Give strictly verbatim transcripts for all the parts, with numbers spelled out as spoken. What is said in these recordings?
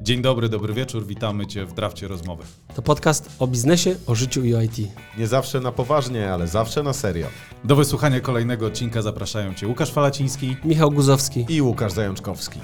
Dzień dobry, dobry wieczór, witamy Cię w Drafcie Rozmowy. To podcast o biznesie, o życiu i o I T. Nie zawsze na poważnie, ale zawsze na serio. Do wysłuchania kolejnego odcinka zapraszają Cię Łukasz Falaciński, Michał Guzowski I Łukasz Zajączkowski.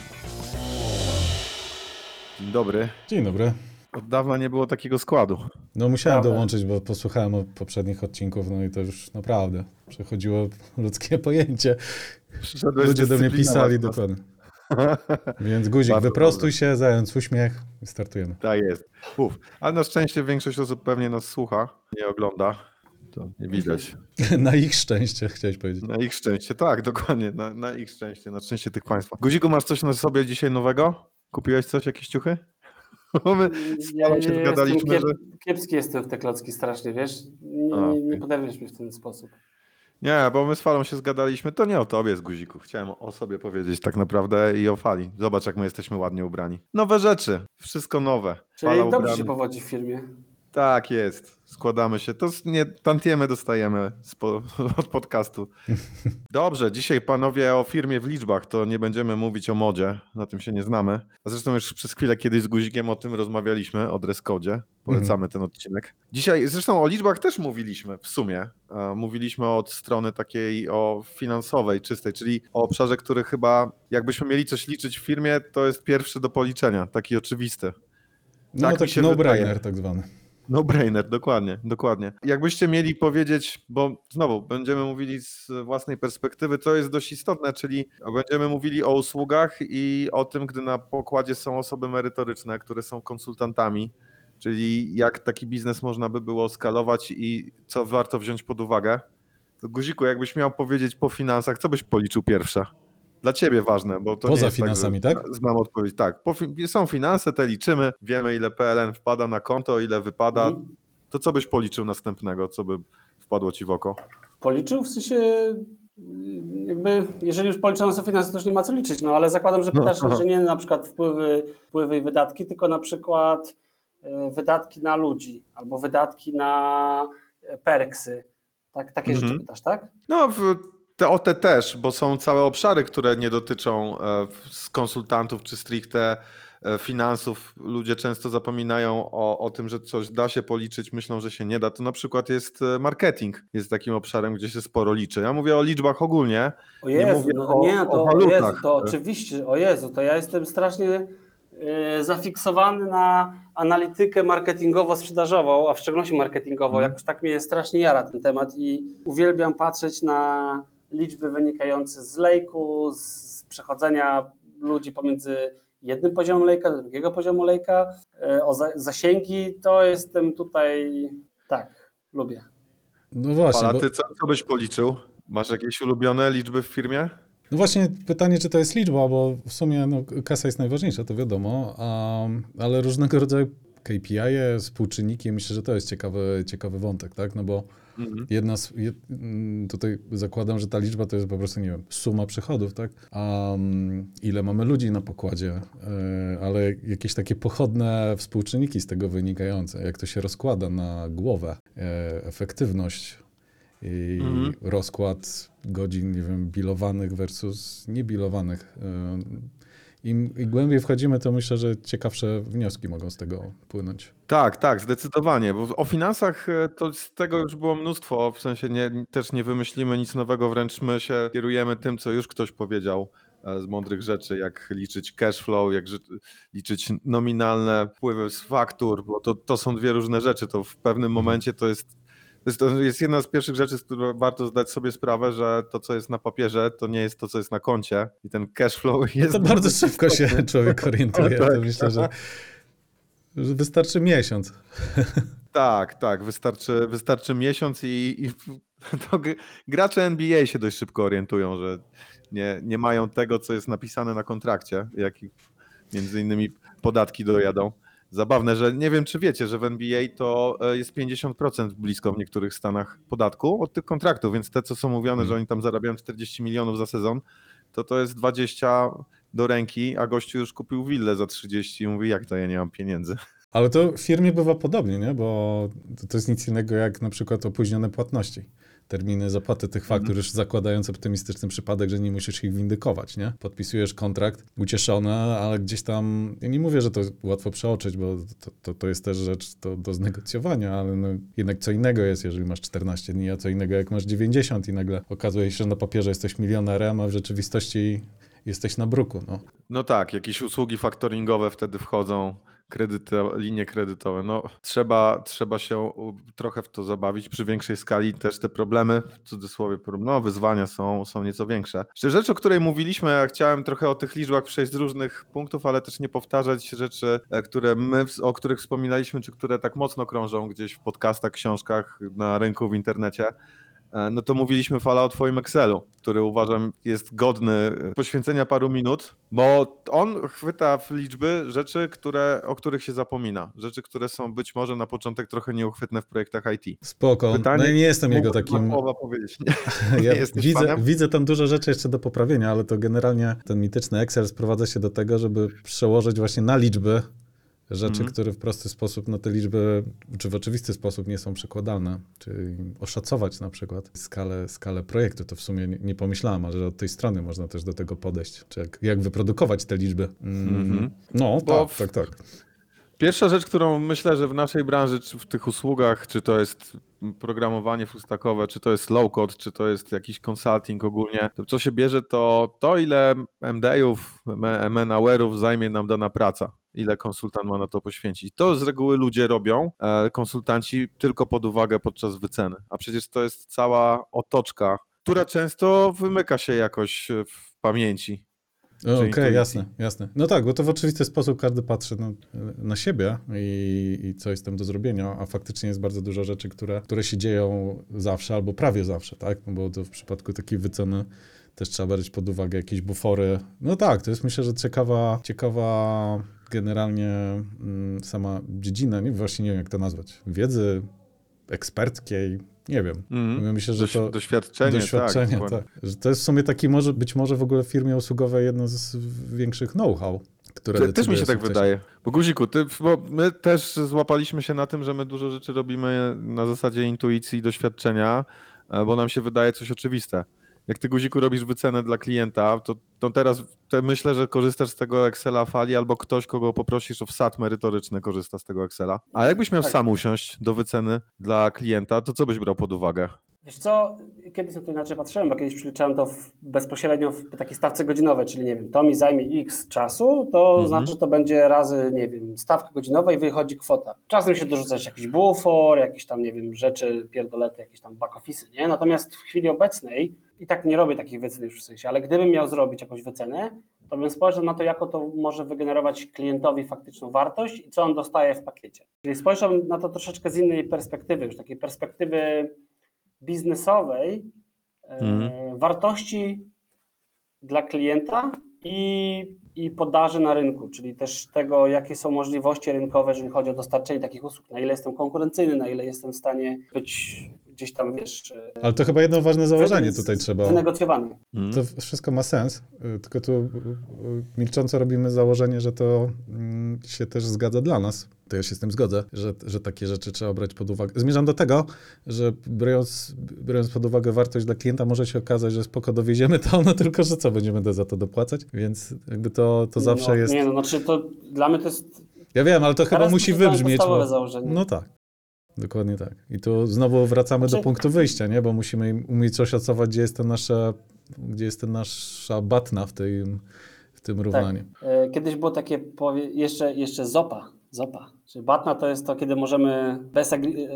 Dzień dobry. Dzień dobry. Od dawna nie było takiego składu. No musiałem Prawda. dołączyć, bo posłuchałem poprzednich odcinków, no i to już naprawdę przechodziło ludzkie pojęcie. Przyszedłeś Ludzie do mnie dyscyplinować pisali nas. dokładnie. Więc guzik, Bardzo wyprostuj dobrze. się, zając uśmiech i startujemy. Tak jest. Uf. Ale na szczęście większość osób pewnie nas słucha, nie ogląda. To nie widać. Na ich szczęście, chciałeś powiedzieć. Na ich szczęście, tak, dokładnie. Na, na ich szczęście, na szczęście tych państwa. Guziku, masz coś na sobie dzisiaj nowego? Kupiłeś coś, jakieś ciuchy? Bo my z Ja panem się jestem zgadaliśmy, kiep, że... kiepski jestem w te klocki strasznie, wiesz? Nie, A, nie, okej. nie poderwiesz mnie w ten sposób. Nie, bo my z Falą się zgadaliśmy, to nie o tobie z Guziku. Chciałem o sobie powiedzieć tak naprawdę i o Fali. Zobacz, jak my jesteśmy ładnie ubrani. Nowe rzeczy, wszystko nowe. Czyli Fala dobrze ubrany. się powodzi w firmie. Tak jest, składamy się. To z- nie tantiemy dostajemy z po, od podcastu. Dobrze, dzisiaj panowie o firmie w liczbach, to nie będziemy mówić o modzie, na tym się nie znamy. A zresztą już przez chwilę kiedyś z Guzikiem o tym rozmawialiśmy, o dress codzie. Polecamy ten odcinek. Dzisiaj zresztą o liczbach też mówiliśmy w sumie. E, Mówiliśmy od strony takiej o finansowej, czystej, czyli o obszarze, który chyba jakbyśmy mieli coś liczyć w firmie, to jest pierwszy do policzenia, taki oczywisty. No Tak mi taki się no-brainer wydaje. tak zwany. No brainer, dokładnie, dokładnie. Jakbyście mieli powiedzieć, bo znowu będziemy mówili z własnej perspektywy, co jest dość istotne, czyli będziemy mówili o usługach i o tym, gdy na pokładzie są osoby merytoryczne, które są konsultantami, czyli jak taki biznes można by było skalować i co warto wziąć pod uwagę. To Guziku, jakbyś miał powiedzieć po finansach, co byś policzył pierwsze? Dla ciebie ważne, bo to Poza nie jest finansami, tak, tak? że znam odpowiedź. Tak, po, fi- są finanse, te liczymy, wiemy ile P L N wpada na konto, ile wypada. Mhm. To co byś policzył następnego, co by wpadło ci w oko? Policzył? W sensie jakby, jeżeli już policzone są finanse, to już nie ma co liczyć, no ale zakładam, że pytasz, No. że nie na przykład wpływy, wpływy i wydatki, tylko na przykład e, wydatki na ludzi albo wydatki na e, perksy. Tak, takie Mhm. rzeczy pytasz, tak? No w, te, o te też, bo są całe obszary, które nie dotyczą e, z konsultantów czy stricte e, finansów. Ludzie często zapominają o, o tym, że coś da się policzyć, myślą, że się nie da. To na przykład jest e, marketing, jest takim obszarem, gdzie się sporo liczy. Ja mówię o liczbach ogólnie. O Nie Jezu, mówię no o- nie, o to, o walutach. Jezu, to oczywiście, o Jezu, to ja jestem strasznie e, zafiksowany na analitykę marketingowo-sprzedażową, a w szczególności marketingową, Mhm. jakoś tak mnie strasznie jara ten temat i uwielbiam patrzeć na liczby wynikające z lejku, z przechodzenia ludzi pomiędzy jednym poziomem lejka do drugiego poziomu lejka, e, o za, zasięgi, to jestem tutaj, tak, lubię. No właśnie, Fala, bo, ty co, co byś policzył? Masz jakieś ulubione liczby w firmie? no właśnie pytanie, czy to jest liczba, bo w sumie no, kasa jest najważniejsza, to wiadomo, a, ale różnego rodzaju K P I, współczynniki, myślę, że to jest ciekawy, ciekawy wątek, tak? No bo Mhm. jedna z, jed, mm, tutaj zakładam, że ta liczba to jest po prostu, nie wiem, suma przychodów, tak? A um, ile mamy ludzi na pokładzie, e, ale jakieś takie pochodne współczynniki z tego wynikające, jak to się rozkłada na głowę, e, efektywność i Mhm. rozkład godzin, nie wiem, bilowanych versus niebilowanych. E, Im, Im głębiej wchodzimy, to myślę, że ciekawsze wnioski mogą z tego płynąć. Tak, tak, zdecydowanie, bo o finansach e, to z tego już było mnóstwo, w sensie nie, też nie wymyślimy nic nowego, wręcz my się kierujemy tym, co już ktoś powiedział e, z mądrych rzeczy, jak liczyć cash flow, jak ży- liczyć nominalne wpływy z faktur, bo to, to są dwie różne rzeczy, to w pewnym momencie to jest to jest, to jest jedna z pierwszych rzeczy, z których warto zdać sobie sprawę, że to, co jest na papierze, to nie jest to, co jest na koncie i ten cash flow jest... To bardzo szybko się człowiek orientuje. O, tak. To myślę, że, że wystarczy miesiąc. Tak, tak, wystarczy, wystarczy miesiąc i, i to g- gracze N B A się dość szybko orientują, że nie, nie mają tego, co jest napisane na kontrakcie, jak i między innymi podatki dojadą. Zabawne, że nie wiem, czy wiecie, że w N B A to e, jest pięćdziesiąt procent blisko w niektórych stanach podatku od tych kontraktów, więc te, co są mówione, że oni tam zarabiają czterdzieści milionów za sezon, to to jest dwadzieścia do ręki, a gościu już kupił willę za trzydzieści i mówi, jak to ja nie mam pieniędzy. Ale to w firmie bywa podobnie, nie? Bo to jest nic innego jak na przykład opóźnione płatności. terminy zapłaty tych faktur, już zakładając optymistyczny przypadek, że nie musisz ich windykować, nie? Podpisujesz kontrakt, ucieszony, ale gdzieś tam, ja nie mówię, że to łatwo przeoczyć, bo to, to, to jest też rzecz do, do znegocjowania, ale no, jednak co innego jest, jeżeli masz czternaście dni, a co innego jak masz dziewięćdziesiąt i nagle okazuje się, że na papierze jesteś milionerem, a w rzeczywistości jesteś na bruku, no. No tak, jakieś usługi faktoringowe wtedy wchodzą, kredyty, linie kredytowe. No, trzeba, trzeba się u- trochę w to zabawić. Przy większej skali też te problemy, w cudzysłowie, no, wyzwania są, są nieco większe. Jeszcze rzecz, o której mówiliśmy, ja chciałem trochę o tych liczbach przejść z różnych punktów, ale też nie powtarzać rzeczy, e, które my, o których wspominaliśmy, czy które tak mocno krążą gdzieś w podcastach, książkach, na rynku, w internecie. No to mówiliśmy Fala o twoim Excelu, który uważam jest godny poświęcenia paru minut, bo on chwyta w liczby rzeczy, które, o których się zapomina. Rzeczy, które są być może na początek trochę nieuchwytne w projektach I T. Spoko, Pytanie, no i nie jestem jego mógłbyś takim... dwa słowa powiedzieć. Nie, Ja nie jesteś widzę, fanem? widzę tam dużo rzeczy jeszcze do poprawienia, ale to generalnie ten mityczny Excel sprowadza się do tego, żeby przełożyć właśnie na liczby rzeczy, Mhm. które w prosty sposób na te liczby, czy w oczywisty sposób nie są przekładalne. Czyli oszacować na przykład skalę, skalę projektu. To w sumie nie, nie pomyślałem, ale że od tej strony można też do tego podejść. Czy jak, jak wyprodukować te liczby. Mm, Mhm. No, Bo tak, w- tak, tak. Pierwsza rzecz, którą myślę, że w naszej branży, czy w tych usługach, czy to jest programowanie fullstackowe, czy to jest low-code, czy to jest jakiś consulting ogólnie, to co się bierze, to to ile M D-ów, M N hourów zajmie nam dana praca, ile konsultant ma na to poświęcić. To z reguły ludzie robią, e, konsultanci, tylko pod uwagę podczas wyceny, a przecież to jest cała otoczka, która często wymyka się jakoś w pamięci. Okej, Czy intuicji. jasne, jasne. No tak, bo to w oczywisty sposób każdy patrzy na, na siebie i, i co jest tam do zrobienia, a faktycznie jest bardzo dużo rzeczy, które, które się dzieją zawsze albo prawie zawsze, tak? No bo to w przypadku takiej wyceny też trzeba brać pod uwagę jakieś bufory. No tak, to jest myślę, że ciekawa, ciekawa generalnie mm, sama dziedzina, nie, właśnie nie wiem jak to nazwać, wiedzy eksperckiej, nie wiem. Mhm. Myślę, że Doś- to... doświadczenie, Doświadczenie, tak. tak. dokładnie. Że to jest w sumie taki może, być może w ogóle w firmie usługowej jedno z większych know-how, które Te, też mi decyduje się o tak sukcesie. wydaje. Bo Guziku, ty, bo my też złapaliśmy się na tym, że my dużo rzeczy robimy na zasadzie intuicji i doświadczenia, e, bo nam się wydaje coś oczywiste. Jak ty, Guziku, robisz wycenę dla klienta, to, to teraz te myślę, że korzystasz z tego Excela Fali albo ktoś, kogo poprosisz o wsad merytoryczny, korzysta z tego Excela. A jakbyś miał Tak. sam usiąść do wyceny dla klienta, to co byś brał pod uwagę? Wiesz co, kiedyś na to inaczej patrzyłem, bo kiedyś przeliczałem to w, bezpośrednio w takiej stawce godzinowej, czyli nie wiem, to mi zajmie x czasu, to Mhm. znaczy, że to będzie razy, nie wiem, stawka godzinowa i wychodzi kwota. Czasem się dorzuca jeszcze jakiś bufor, jakieś tam, nie wiem, rzeczy, pierdolety, jakieś tam back office'y, nie? Natomiast w chwili obecnej, i tak nie robię takich wycen już w sensie, ale gdybym miał zrobić jakąś wycenę, to bym spojrzał na to, jako to może wygenerować klientowi faktyczną wartość i co on dostaje w pakiecie. Czyli spojrzał na to troszeczkę z innej perspektywy, już takiej perspektywy biznesowej, Mhm. e, wartości dla klienta i, i podaży na rynku, czyli też tego, jakie są możliwości rynkowe, jeżeli chodzi o dostarczenie takich usług, na ile jestem konkurencyjny, na ile jestem w stanie być gdzieś tam, wiesz, e, Ale to chyba jedno ważne założenie wy- tutaj trzeba. wynegocjowany. To wszystko ma sens, y, tylko tu y, y, milcząco robimy założenie, że to mm, się też zgadza dla nas. To ja się z tym zgodzę, że, że takie rzeczy trzeba brać pod uwagę. Zmierzam do tego, że biorąc, biorąc pod uwagę wartość dla klienta, może się okazać, że spoko dowieziemy to, no tylko, że co, będziemy za to dopłacać, więc jakby to, to zawsze no, jest... Nie, no znaczy to dla mnie to jest Ja wiem, ale to chyba teraz musi to jest wybrzmieć. podstawowe Bo... założenie. No tak, dokładnie tak. I tu znowu wracamy Znaczy- do punktu wyjścia, nie? Bo musimy im umieć oszacować, gdzie jest, to nasze, gdzie jest ten nasza batna w tym, w tym równaniu. E, Kiedyś było takie, powie, jeszcze, jeszcze zopa, zopa. Czyli batna to jest to, kiedy możemy bez agri- e,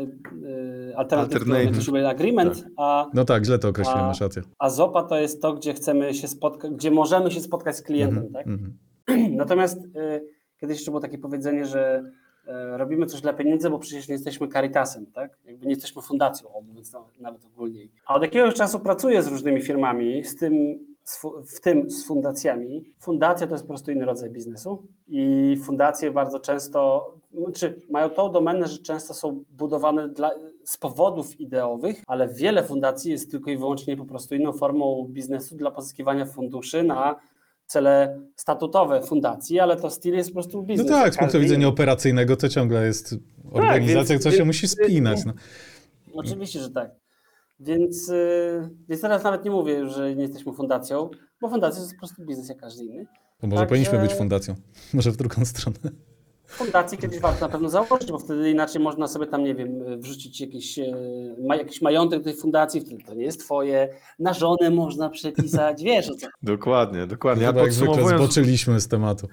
e, alternatyw Alternative. to agreement, a, No tak, źle to określiłem, A- masz rację. a zopa to jest to, gdzie chcemy się spotkać, gdzie możemy się spotkać z klientem, Mhm, tak? mhm. Natomiast e, kiedyś jeszcze było takie powiedzenie, że e, robimy coś dla pieniędzy, bo przecież nie jesteśmy Caritasem, tak? Jakby nie jesteśmy fundacją, o, mówiąc nawet, nawet ogólniej. A od jakiegoś czasu pracuję z różnymi firmami, z tym, z fu- w tym z fundacjami. Fundacja to jest po prostu inny rodzaj biznesu i fundacje bardzo często, czy mają tą domenę, że często są budowane dla, z powodów ideowych, ale wiele fundacji jest tylko i wyłącznie po prostu inną formą biznesu dla pozyskiwania funduszy na cele statutowe fundacji, ale to still jest po prostu No biznes. tak, z punktu Każdy widzenia inny. operacyjnego to ciągle jest organizacja, więc- która się więc- musi spinać. No. Oczywiście, że tak. Więc, yy, więc teraz nawet nie mówię, że nie jesteśmy fundacją, bo fundacja to jest po prostu biznes jak każdy inny. To może Także- powinniśmy być fundacją. Może w drugą stronę. Fundację kiedyś warto na pewno założyć, bo wtedy inaczej można sobie tam, nie wiem, wrzucić jakiś, e, ma, jakiś majątek do tej fundacji, wtedy to nie jest twoje, na żonę można przepisać, wiesz o co. Dokładnie, dokładnie. Ja Chyba jak zwykle podsumowując, zboczyliśmy z tematu.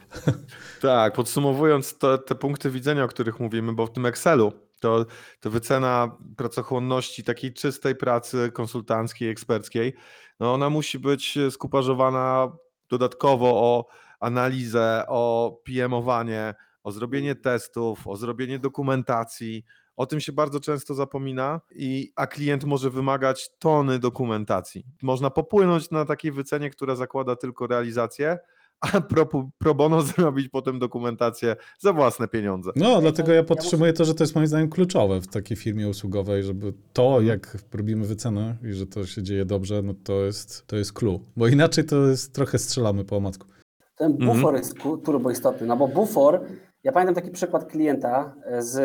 tak, podsumowując to, te punkty widzenia, o których mówimy, bo w tym Excelu to, to wycena pracochłonności takiej czystej pracy konsultanckiej, eksperckiej, no ona musi być skupażowana dodatkowo o analizę, o P M-owanie, o zrobienie testów, o zrobienie dokumentacji. O tym się bardzo często zapomina, i, a klient może wymagać tony dokumentacji. Można popłynąć na takiej wycenie, która zakłada tylko realizację, a pro, pro bono zrobić potem dokumentację za własne pieniądze. No, dlatego ja ja podtrzymuję to, że to jest moim zdaniem kluczowe w takiej firmie usługowej, żeby to, jak robimy wycenę i że to się dzieje dobrze, no to jest, to jest clue. Bo inaczej to jest trochę strzelamy po omacku. Ten bufor jest ku- turbo istotny, no bo bufor, ja pamiętam taki przykład klienta z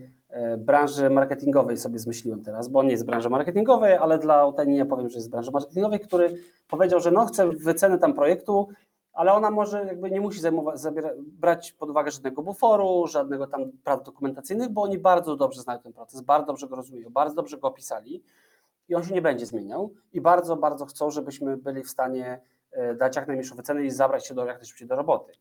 e, branży marketingowej sobie zmyśliłem teraz, bo on nie jest z branży marketingowej, ale dla utajnienia powiem, że jest z branży marketingowej, który powiedział, że no chce wycenę tam projektu, ale ona może jakby nie musi zajmować, zabiera, brać pod uwagę żadnego buforu, żadnego tam prac dokumentacyjnych, bo oni bardzo dobrze znają ten proces, bardzo dobrze go rozumieją, bardzo dobrze go opisali i on się nie będzie zmieniał i bardzo, bardzo chcą, żebyśmy byli w stanie e, dać jak najmniejszą wycenę i zabrać się do, jak najszybciej do roboty.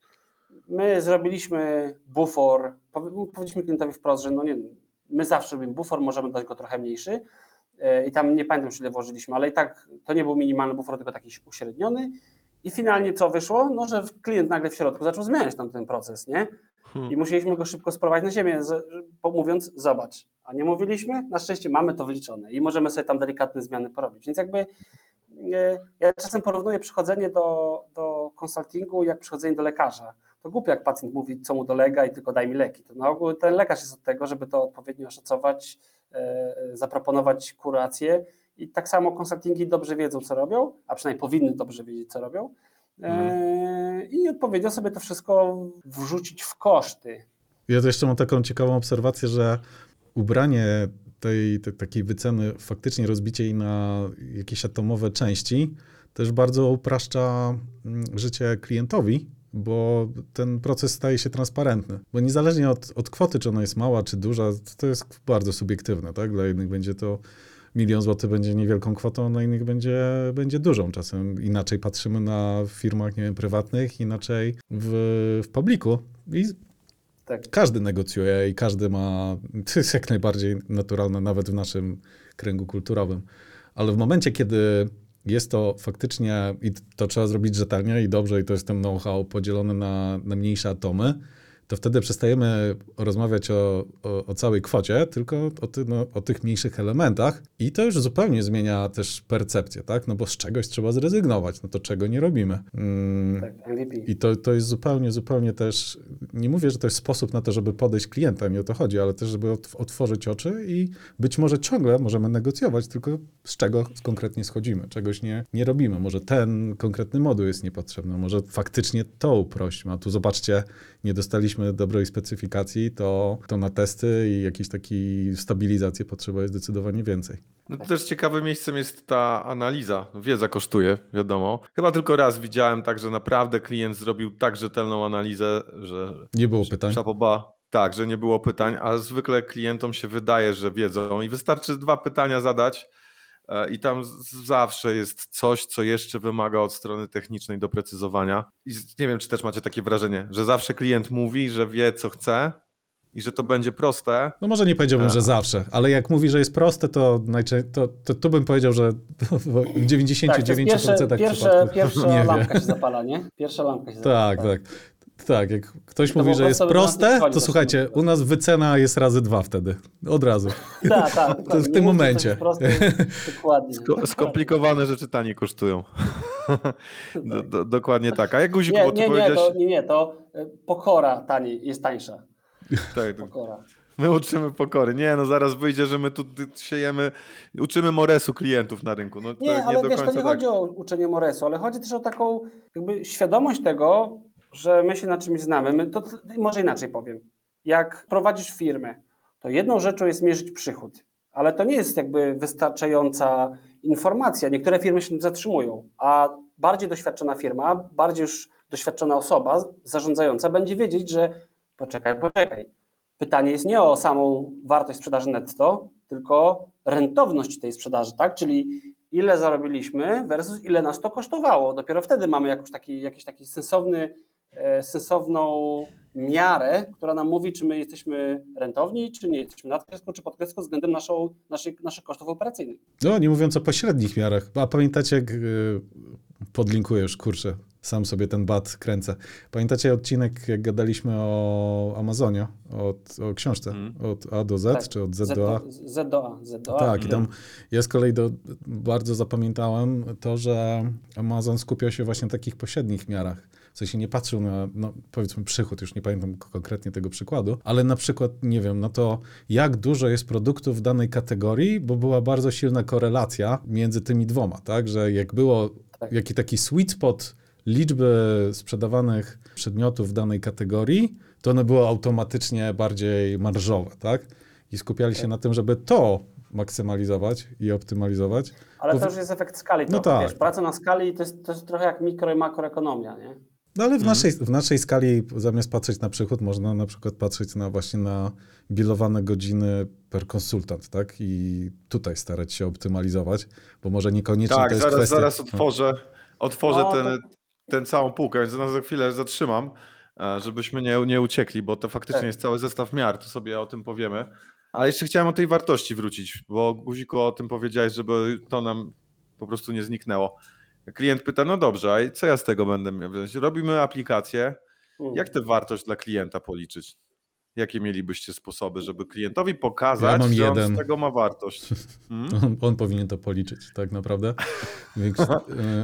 My zrobiliśmy bufor, powie- powiedzieliśmy klientowi wprost, że no nie, my zawsze robimy bufor, możemy dać go trochę mniejszy e, i tam nie pamiętam już ile włożyliśmy, ale i tak to nie był minimalny bufor, tylko taki uśredniony. I finalnie co wyszło? No, że klient nagle w środku zaczął zmieniać tam ten proces, nie? I musieliśmy go szybko sprowadzić na ziemię, z- mówiąc, zobacz, a nie mówiliśmy? Na szczęście mamy to wyliczone i możemy sobie tam delikatne zmiany porobić. Więc jakby e, ja czasem porównuję przychodzenie do, do konsultingu jak przychodzenie do lekarza. To głupio, jak pacjent mówi, co mu dolega i tylko daj mi leki. To na ogół ten lekarz jest od tego, żeby to odpowiednio oszacować, e, zaproponować kurację. I tak samo konsultingi dobrze wiedzą, co robią, a przynajmniej powinny dobrze wiedzieć, co robią. E, I odpowiednio sobie to wszystko wrzucić w koszty. Ja to jeszcze mam taką ciekawą obserwację, że ubranie tej, tej takiej wyceny, faktycznie rozbicie jej na jakieś atomowe części, też bardzo upraszcza mm, życie klientowi, bo ten proces staje się transparentny. Bo niezależnie od, od kwoty, czy ona jest mała, czy duża, to jest bardzo subiektywne, tak? Dla jednych będzie to milion złotych będzie niewielką kwotą, na innych będzie, będzie dużą. Czasem inaczej patrzymy na firmach, nie wiem, prywatnych, inaczej w, w publiku. I Tak. każdy negocjuje i każdy ma, to jest jak najbardziej naturalne, nawet w naszym kręgu kulturowym. Ale w momencie, kiedy jest to faktycznie, i to trzeba zrobić rzetelnie i dobrze, i to jest ten know-how podzielony na, na mniejsze atomy, to wtedy przestajemy rozmawiać o, o, o całej kwocie, tylko o, ty, no, o tych mniejszych elementach i to już zupełnie zmienia też percepcję, tak? No bo z czegoś trzeba zrezygnować, no to czego nie robimy. Mm, Tak, M V P. I to, to jest zupełnie, zupełnie też, nie mówię, że to jest sposób na to, żeby podejść klienta, nie o to chodzi, ale też, żeby ot- otworzyć oczy i być może ciągle możemy negocjować, tylko z czego konkretnie schodzimy, czegoś nie, nie robimy. Może ten konkretny moduł jest niepotrzebny, może faktycznie to uprośćmy, a tu zobaczcie, nie dostaliśmy dobrej specyfikacji, to, to na testy i jakiejś takiej stabilizacji potrzeba jest zdecydowanie więcej. No to też ciekawym miejscem jest ta analiza. Wiedza kosztuje, wiadomo. Chyba tylko raz widziałem tak, że naprawdę klient zrobił tak rzetelną analizę, że Nie było pytań. szapoba. Tak, że nie było pytań, a zwykle klientom się wydaje, że wiedzą i wystarczy dwa pytania zadać e, i tam z- zawsze jest coś, co jeszcze wymaga od strony technicznej doprecyzowania. I z- nie wiem, czy też macie takie wrażenie, że zawsze klient mówi, że wie, co chce i że to będzie proste. No może nie powiedziałbym, A. że zawsze, ale jak mówi, że jest proste, to, najczę- to, to tu bym powiedział, że w dziewięćdziesiąt dziewięć procent Tak, pierwsze, pierwsze, przypadków pierwsza nie wie. lampka się zapala, nie? Pierwsza lampka się zapala. Tak, tak. Tak, jak ktoś To mówi, po że jest prostu do nas proste, przychodzi to też słuchajcie, mówię. u nas wycena jest razy dwa wtedy. Od razu. Tak, tak. To w dokładnie. tym Nie mówcie, momencie. że jest proste, dokładnie. Sko- skomplikowane rzeczy taniej kosztują. do, do, dokładnie tak. A jak Guzik, Nie, bo ty nie, nie, powiedziałeś... to, nie, nie, to e, pokora taniej, jest tańsza. Tak, to- Pokora. my uczymy pokory. Nie, no zaraz wyjdzie, że my tu ty- siejemy, uczymy moresu klientów na rynku. No to Nie, nie ale do wiesz, to końca nie tak. chodzi o uczenie Moresu, ale chodzi też o taką jakby świadomość tego, że my się na czymś znamy. My to, może inaczej powiem. Jak prowadzisz firmę, to jedną rzeczą jest mierzyć przychód ale to nie jest jakby wystarczająca informacja. Niektóre firmy się tym zatrzymują, a bardziej doświadczona firma, bardziej już doświadczona osoba zarządzająca będzie wiedzieć, że poczekaj, poczekaj. Pytanie jest nie o samą wartość sprzedaży netto, tylko rentowność tej sprzedaży, tak? Czyli ile zarobiliśmy versus ile nas to kosztowało. Dopiero wtedy mamy jakiś taki, jakiś taki sensowny, e, sensowną miarę, która nam mówi, czy my jesteśmy rentowni, czy nie jesteśmy nad kreską, czy pod kreską względem naszą, naszych, naszych kosztów operacyjnych. No, nie mówiąc o pośrednich miarach. A pamiętacie, jak yy, podlinkuję już, kurczę, sam sobie ten bat kręcę. Pamiętacie odcinek, jak gadaliśmy o Amazonie, od, o książce, Mm. od A do Z, Tak. czy od Z do A? Z do A. Z do A. Tak, i tam ja z kolei do, bardzo zapamiętałem to, że Amazon skupiał się właśnie na takich pośrednich miarach. W sensie nie patrzył na, no, powiedzmy, przychód, już nie pamiętam konkretnie tego przykładu, ale na przykład, nie wiem, na to, jak dużo jest produktów w danej kategorii, bo była bardzo silna korelacja między tymi dwoma, tak, że jak było Tak. jaki taki sweet spot liczby sprzedawanych przedmiotów w danej kategorii, to one były automatycznie bardziej marżowe, tak? I skupiali się Tak. na tym, żeby to maksymalizować i optymalizować. Ale Bo to w- już jest efekt skali. No trochę, tak. Wiesz, praca na skali to jest, to jest trochę jak mikro i makroekonomia, nie? No ale w, naszej, w naszej skali zamiast patrzeć na przychód, można na przykład patrzeć na właśnie na bilowane godziny per konsultant, tak? I tutaj starać się optymalizować, bo może niekoniecznie Tak, to jest zaraz, kwestia... zaraz otworzę, otworzę No, ten, to- ten całą półkę, więc nas za chwilę zatrzymam, e, żebyśmy nie, nie uciekli, bo to faktycznie Tak. jest cały zestaw miar, to sobie o tym powiemy. Ale jeszcze chciałem o tej wartości wrócić, bo Guziku o tym powiedziałeś, żeby to nam po prostu nie zniknęło. Klient pyta, no dobrze, a co ja z tego będę miał wziąć? Robimy aplikację, Mm. jak tę wartość dla klienta policzyć? Jakie mielibyście sposoby, żeby klientowi pokazać, Ja mam że on jeden. z tego ma wartość? Hmm? On, on powinien to policzyć, tak naprawdę. Więc, e,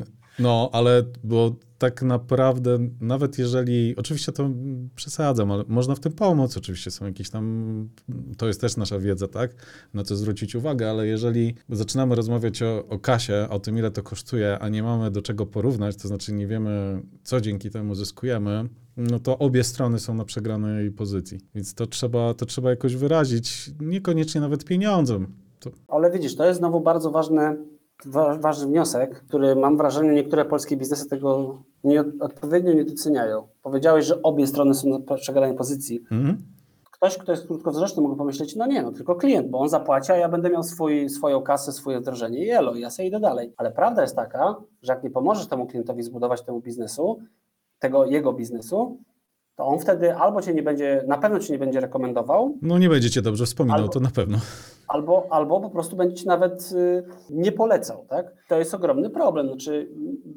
no, ale bo tak naprawdę, nawet jeżeli, oczywiście to mm, przesadzam, ale można w tym pomóc, oczywiście są jakieś tam, to jest też nasza wiedza, tak, na co zwrócić uwagę, ale jeżeli zaczynamy rozmawiać o, o kasie, o tym, ile to kosztuje, a nie mamy do czego porównać, to znaczy nie wiemy, co dzięki temu zyskujemy, no to obie strony są na przegranej pozycji. Więc to trzeba, to trzeba jakoś wyrazić, niekoniecznie nawet pieniądzem. To, Ale widzisz, to jest znowu bardzo ważny, wa, ważny wniosek, który mam wrażenie, niektóre polskie biznesy tego nie, odpowiednio nie doceniają. Powiedziałeś, że obie strony są na przegranej pozycji. mhm. Ktoś, kto jest krótkowzroczny, mógł pomyśleć, no nie, no tylko klient, bo on zapłaci, a ja będę miał swój, swoją kasę, swoje wdrożenie i elo, ja sobie idę dalej. Ale prawda jest taka, że jak nie pomożesz temu klientowi zbudować temu biznesu, tego jego biznesu, to on wtedy albo cię nie będzie, na pewno cię nie będzie rekomendował, No nie będziecie dobrze wspominał, Albo- to na pewno. albo, albo po prostu będzie ci nawet y, nie polecał, tak? To jest ogromny problem. Znaczy, y,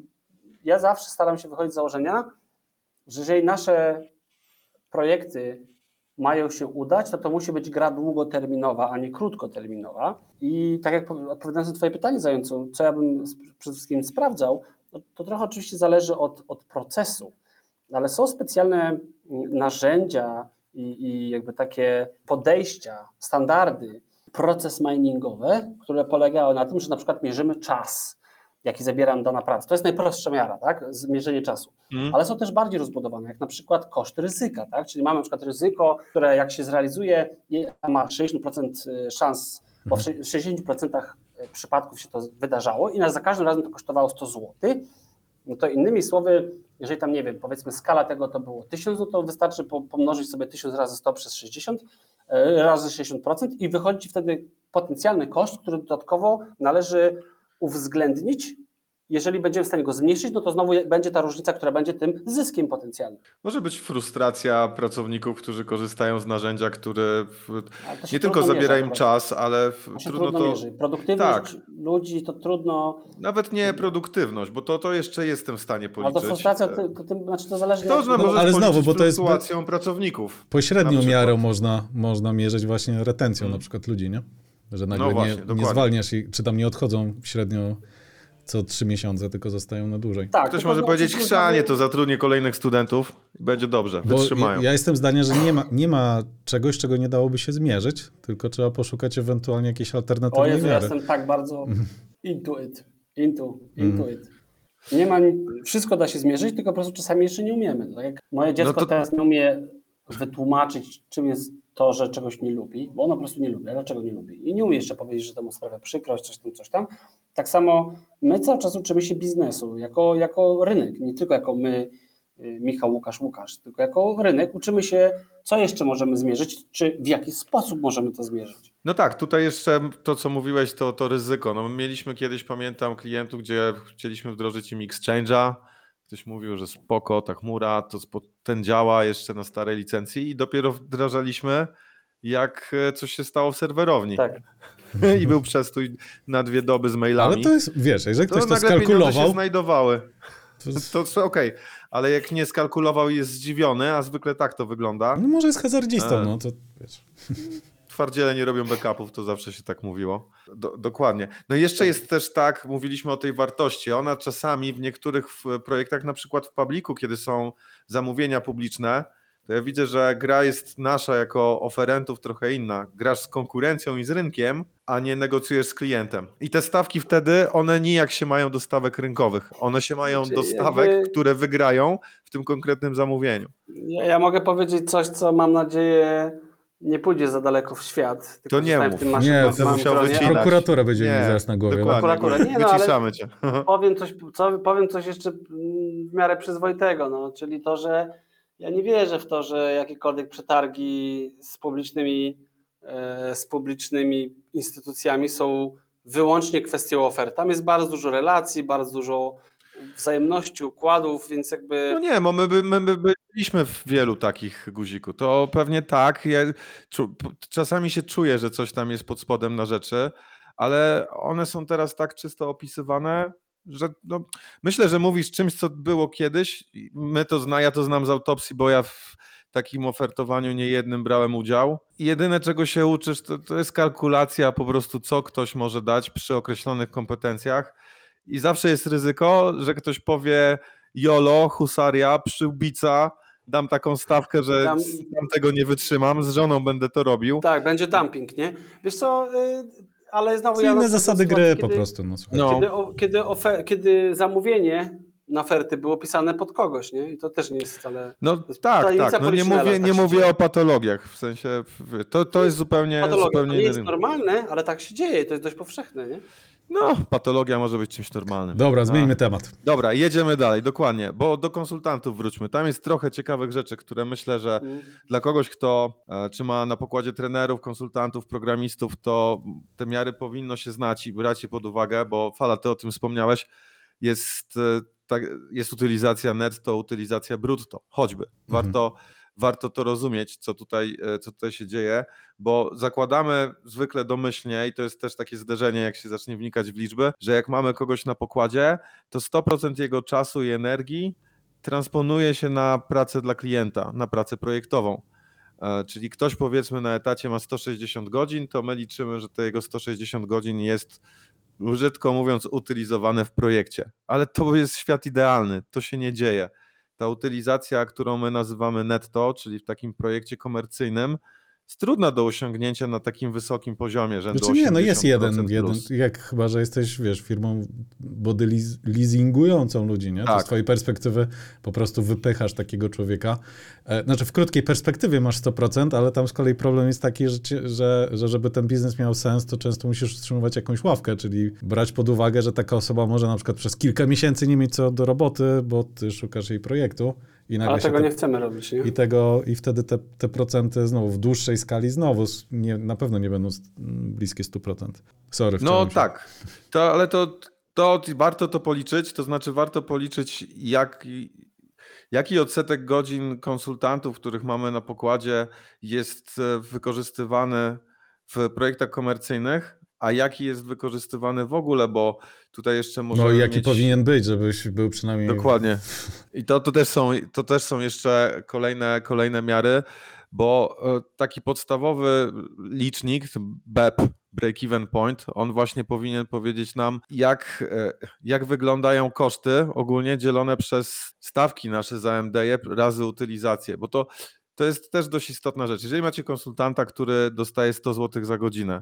ja zawsze staram się wychodzić z założenia, że jeżeli nasze projekty mają się udać, to to musi być gra długoterminowa, a nie krótkoterminowa. I tak jak powi- odpowiadając na twoje pytanie, Zającu, co ja bym sp- przede wszystkim sprawdzał, no, to trochę oczywiście zależy od, od procesu, ale są specjalne mm, narzędzia i, i jakby takie podejścia, standardy, proces miningowe, które polegały na tym, że na przykład mierzymy czas, jaki zabiera nam dana praca. To jest najprostsza miara, tak? Zmierzenie czasu. Hmm? Ale są też bardziej rozbudowane, jak na przykład koszt ryzyka, tak? Czyli mamy na przykład ryzyko, które jak się zrealizuje, je- ma sześćdziesiąt procent szans, bo w sze- sześćdziesięciu procentach przypadków się to wydarzało i nas za każdym razem to kosztowało sto złotych. No to innymi słowy, jeżeli tam, nie wiem, powiedzmy skala tego to było tysiąc, no to wystarczy po- pomnożyć sobie tysiąc razy sto przez sześćdziesiąt, e, razy sześćdziesiąt procent i wychodzi ci wtedy potencjalny koszt, który dodatkowo należy uwzględnić. Jeżeli będziemy w stanie go zmniejszyć, no to znowu będzie ta różnica, która będzie tym zyskiem potencjalnym. Może być frustracja pracowników, którzy korzystają z narzędzia, które w- Ale to się nie tylko trudno zabiera mierzy im akurat. czas, ale w- To się trudno trudno to. mierzy. Produktywność Tak. ludzi to trudno, Nawet nie produktywność, bo to, to jeszcze jestem w stanie ale policzyć. to frustracja, to, to, tym, znaczy to zależy... To jak- można No, może ale znowu, policzyć bo to jest- fluktuacją pracowników. Pośrednią Na przykład. miarą można, można mierzyć właśnie retencją Mm. na przykład ludzi, nie? Że nagle No właśnie, nie, nie dokładnie. zwalniasz ich, czy tam nie odchodzą średnio co trzy miesiące, tylko zostają na dłużej. Tak, Ktoś to może to powiedzieć, znaczy, chrzanie, to zatrudnię kolejnych studentów i będzie dobrze, Bo wytrzymają. ja, ja jestem zdania, że nie ma, nie ma czegoś, czego nie dałoby się zmierzyć, tylko trzeba poszukać ewentualnie jakiejś O alternatywnej Jezu, ja miary. jestem tak bardzo into it, into, into Mhm. it. Nie ma, wszystko da się zmierzyć, tylko po prostu czasami jeszcze nie umiemy. Tak jak moje dziecko No to- teraz nie umie wytłumaczyć, czym jest to, że czegoś nie lubi, bo on po prostu nie lubi, a dlaczego nie lubi i nie umie jeszcze powiedzieć, że temu sprawia przykrość, coś tam, coś tam. Tak samo my cały czas uczymy się biznesu jako, jako rynek, nie tylko jako my, Michał, Łukasz, Łukasz, tylko jako rynek uczymy się, co jeszcze możemy zmierzyć, czy w jaki sposób możemy to zmierzyć. No tak, tutaj jeszcze to, co mówiłeś, to, to ryzyko. No, mieliśmy kiedyś, pamiętam, klientów, gdzie chcieliśmy wdrożyć im Exchange'a. Ktoś mówił, że spoko, ta chmura, to spo- ten działa jeszcze na starej licencji i dopiero wdrażaliśmy, jak e, coś się stało w serwerowni. Tak. I był przestój na dwie doby z mailami. Ale to jest, wiesz, jeżeli ktoś to, nagle pieniądze się skalkulował, znajdowały. to jest, To, to okej, ale jak nie skalkulował i jest zdziwiony, a zwykle tak to wygląda. no może jest hazardzistą, E. no to wiesz. Twardziele nie robią backupów, to zawsze się tak mówiło. Do, dokładnie. No i jeszcze jest też tak, mówiliśmy o tej wartości. Ona czasami w niektórych w projektach, na przykład w Publicu, kiedy są zamówienia publiczne, to ja widzę, że gra jest nasza jako oferentów trochę inna. Grasz z konkurencją i z rynkiem, a nie negocjujesz z klientem. I te stawki wtedy, one nijak się mają do stawek rynkowych. One się mają Znaczy, do stawek, jakby- które wygrają w tym konkretnym zamówieniu. Ja, ja mogę powiedzieć coś, co mam nadzieję nie pójdzie za daleko w świat. tylko To nie zostaje w mów. tym naszym Nie, małym to musiał gronie. wycinać. Prokuratura będzie Nie, mi zaraz na głowie. Dokładnie, Prokuratura. Nie, no, ale- wyciszamy cię. Powiem coś, co, powiem coś jeszcze mm, w miarę przyzwoitego, no, czyli to, że ja nie wierzę w to, że jakiekolwiek przetargi z publicznymi, e, z publicznymi instytucjami są wyłącznie kwestią ofert. Tam jest bardzo dużo relacji, bardzo dużo wzajemności, układów, więc jakby... No nie, bo my, by, my by byliśmy w wielu takich guziku. To pewnie tak. Ja czu, czasami się czuję, że coś tam jest pod spodem na rzeczy, ale one są teraz tak czysto opisywane, że no, myślę, że mówisz czymś, co było kiedyś. My to zna, ja to znam z autopsji, bo ja w takim ofertowaniu niejednym brałem udział. I jedyne, czego się uczysz, to, to jest kalkulacja po prostu, co ktoś może dać przy określonych kompetencjach. I zawsze jest ryzyko, że ktoś powie jolo, husaria, przyłbica, dam taką stawkę, że Dam- tam tego nie wytrzymam, z żoną będę to robił. Tak, będzie dumping, nie? Wiesz co, y, ale znowu To ja... inne na przykład zasady sytuacji, gry po kiedy- prostu. No, słuchaj. No. Kiedy, o, kiedy, ofe, kiedy zamówienie na oferty było pisane pod kogoś, nie? I to też nie jest wcale... No jest tak, tajemnica tak. No nie Polichinela, mówię, tak nie się mówię dzieje. o patologiach, w sensie w- to, to jest zupełnie, Patologia. To zupełnie nie inny jest rynek. normalne, ale tak się dzieje i to jest dość powszechne, nie? No, patologia może być czymś normalnym. Dobra, A. zmieńmy temat. Dobra, jedziemy dalej, dokładnie, bo do konsultantów wróćmy. Tam jest trochę ciekawych rzeczy, które myślę, że Mm. dla kogoś, kto e, czy ma na pokładzie trenerów, konsultantów, programistów, to te miary powinno się znać i brać je pod uwagę, bo Fala, ty o tym wspomniałeś, jest, e, tak, jest utylizacja netto, utylizacja brutto, choćby. Warto, warto to rozumieć, co tutaj, e, co tutaj się dzieje, bo zakładamy zwykle domyślnie, i to jest też takie zderzenie, jak się zacznie wnikać w liczby, że jak mamy kogoś na pokładzie, to sto procent jego czasu i energii transponuje się na pracę dla klienta, na pracę projektową. E, Czyli ktoś powiedzmy na etacie ma sto sześćdziesiąt godzin, to my liczymy, że te jego sto sześćdziesiąt godzin jest, brzydko mówiąc, utylizowane w projekcie. Ale to jest świat idealny, to się nie dzieje. Ta utylizacja, którą my nazywamy netto, czyli w takim projekcie komercyjnym, jest trudna do osiągnięcia na takim wysokim poziomie, rzędu Znaczy nie, no jest jeden, osiemdziesiąt jeden, procent plus. jak chyba, że jesteś, wiesz, firmą body leas- leasingującą ludzi, nie? To Tak. z twojej perspektywy po prostu wypychasz takiego człowieka. E, Znaczy w krótkiej perspektywie masz sto procent, ale tam z kolei problem jest taki, że, cię- że, że żeby ten biznes miał sens, to często musisz utrzymywać jakąś ławkę, czyli brać pod uwagę, że taka osoba może na przykład przez kilka miesięcy nie mieć co do roboty, bo ty szukasz jej projektu i nagle Ale się tego te- nie chcemy robić, nie? I tego, i wtedy te, te procenty znowu w dłuższej skali znowu s- nie, na pewno nie będą s- m, bliskie stu procent. Sorry. No wciąłem się. tak, to, ale to, to warto to policzyć, to znaczy warto policzyć jak, jaki odsetek godzin konsultantów, których mamy na pokładzie, jest e, wykorzystywany w projektach komercyjnych, a jaki jest wykorzystywany w ogóle, bo tutaj jeszcze możemy No i jaki mieć... powinien być, żebyś był przynajmniej... Dokładnie. I to, to, też są, to też są jeszcze kolejne, kolejne miary, bo e, taki podstawowy licznik, B E P, Break-Even Point, on właśnie powinien powiedzieć nam, jak, e, jak wyglądają koszty ogólnie dzielone przez stawki nasze za M D E razy utylizację, bo to, to jest też dość istotna rzecz. Jeżeli macie konsultanta, który dostaje sto złotych za godzinę,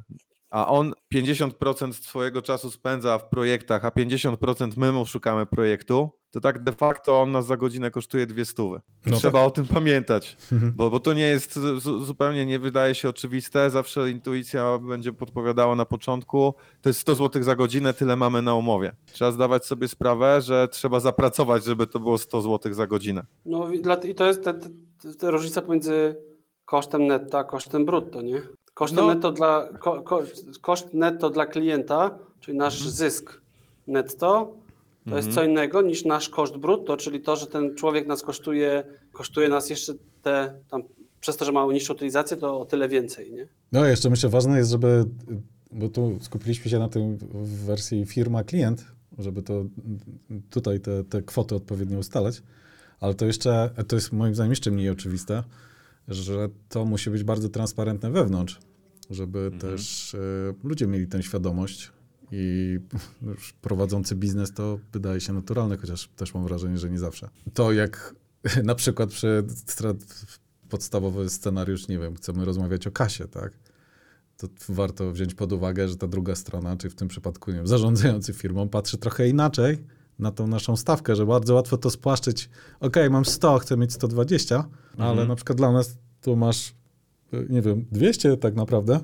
a on pięćdziesiąt procent swojego czasu spędza w projektach, a pięćdziesiąt procent my mu szukamy projektu, to tak de facto on nas za godzinę kosztuje dwie stówy. No Trzeba tak. o tym pamiętać, bo, bo to nie jest zu- zupełnie, nie wydaje się oczywiste. Zawsze intuicja będzie podpowiadała na początku, to jest sto złotych za godzinę, tyle mamy na umowie. Trzeba zdawać sobie sprawę, że trzeba zapracować, żeby to było sto złotych za godzinę. No i dla- i to jest ta, ta, ta różnica pomiędzy kosztem netto a kosztem brutto, nie? Kosztem No. netto dla, ko, ko, koszt netto dla klienta, czyli nasz Mhm. zysk netto, to jest co innego niż nasz koszt brutto, czyli to, że ten człowiek nas kosztuje, kosztuje nas jeszcze te, tam, przez to, że ma niższą utylizację, to o tyle więcej, nie? No jeszcze myślę, ważne jest, żeby, bo tu skupiliśmy się na tym w wersji firma-klient, żeby to tutaj te, te kwoty odpowiednio ustalać, ale to jeszcze, to jest moim zdaniem jeszcze mniej oczywiste, że to musi być bardzo transparentne wewnątrz, żeby Mhm. też y, ludzie mieli tę świadomość i już prowadzący biznes to wydaje się naturalne, chociaż też mam wrażenie, że nie zawsze. To jak na przykład przy strat- podstawowy scenariusz, nie wiem, chcemy rozmawiać o kasie, tak? To warto wziąć pod uwagę, że ta druga strona, czyli w tym przypadku nie wiem, zarządzający firmą, patrzy trochę inaczej na tą naszą stawkę, że bardzo łatwo to spłaszczyć. Okej, mam sto, chcę mieć sto dwadzieścia, ale na przykład dla nas tu masz, nie wiem, dwieście tak naprawdę,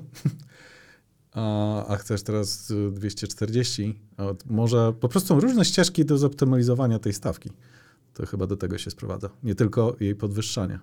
a, a chcesz teraz dwieście czterdzieści. A może po prostu są różne ścieżki do zoptymalizowania tej stawki. To chyba do tego się sprowadza. Nie tylko jej podwyższanie.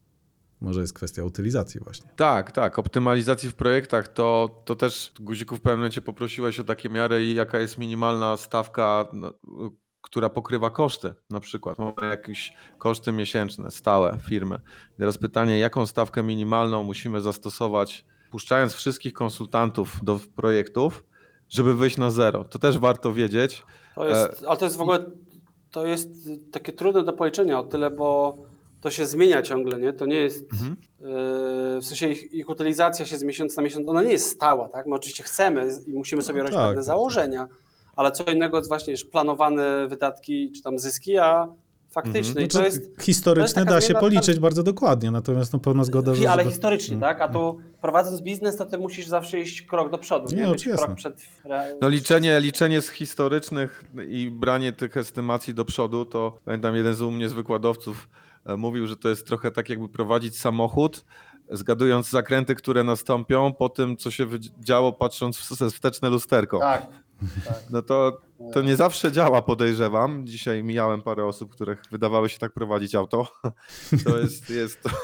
Może jest kwestia utylizacji właśnie. Tak, tak. Optymalizacji w projektach to, to też Guziku w pewnym momencie poprosiłeś o takie miary i jaka jest minimalna stawka, no, która pokrywa koszty na przykład. Mamy jakieś koszty miesięczne, stałe firmy. Teraz pytanie, jaką stawkę minimalną musimy zastosować, puszczając wszystkich konsultantów do projektów, żeby wyjść na zero. To też warto wiedzieć. To jest, ale to jest w ogóle, to jest takie trudne do policzenia o tyle, bo to się zmienia ciągle, nie? To nie jest, Mhm. yy, w sensie ich, ich utylizacja się z miesiąca na miesiąc, ona nie jest stała, tak? My oczywiście chcemy i musimy sobie robić tak, pewne tak, założenia, ale co innego jest właśnie już planowane wydatki czy tam zyski, a faktyczne. I to jest, to Historyczne jest taka da się zmiana- policzyć bardzo dokładnie, natomiast no, pełna zgoda, że... ale żeby- historycznie, tak? A tu prowadząc biznes, to ty musisz zawsze iść krok do przodu, Nie, nie? Być jasne. krok przed... No liczenie, liczenie z historycznych i branie tych estymacji do przodu, to pamiętam jeden z u mnie z wykładowców e, mówił, że to jest trochę tak jakby prowadzić samochód, zgadując zakręty, które nastąpią po tym, co się działo, patrząc w w wsteczne lusterko. Tak, tak. No to, to nie zawsze działa, podejrzewam. Dzisiaj mijałem parę osób, których wydawały się tak prowadzić auto. To jest, jest to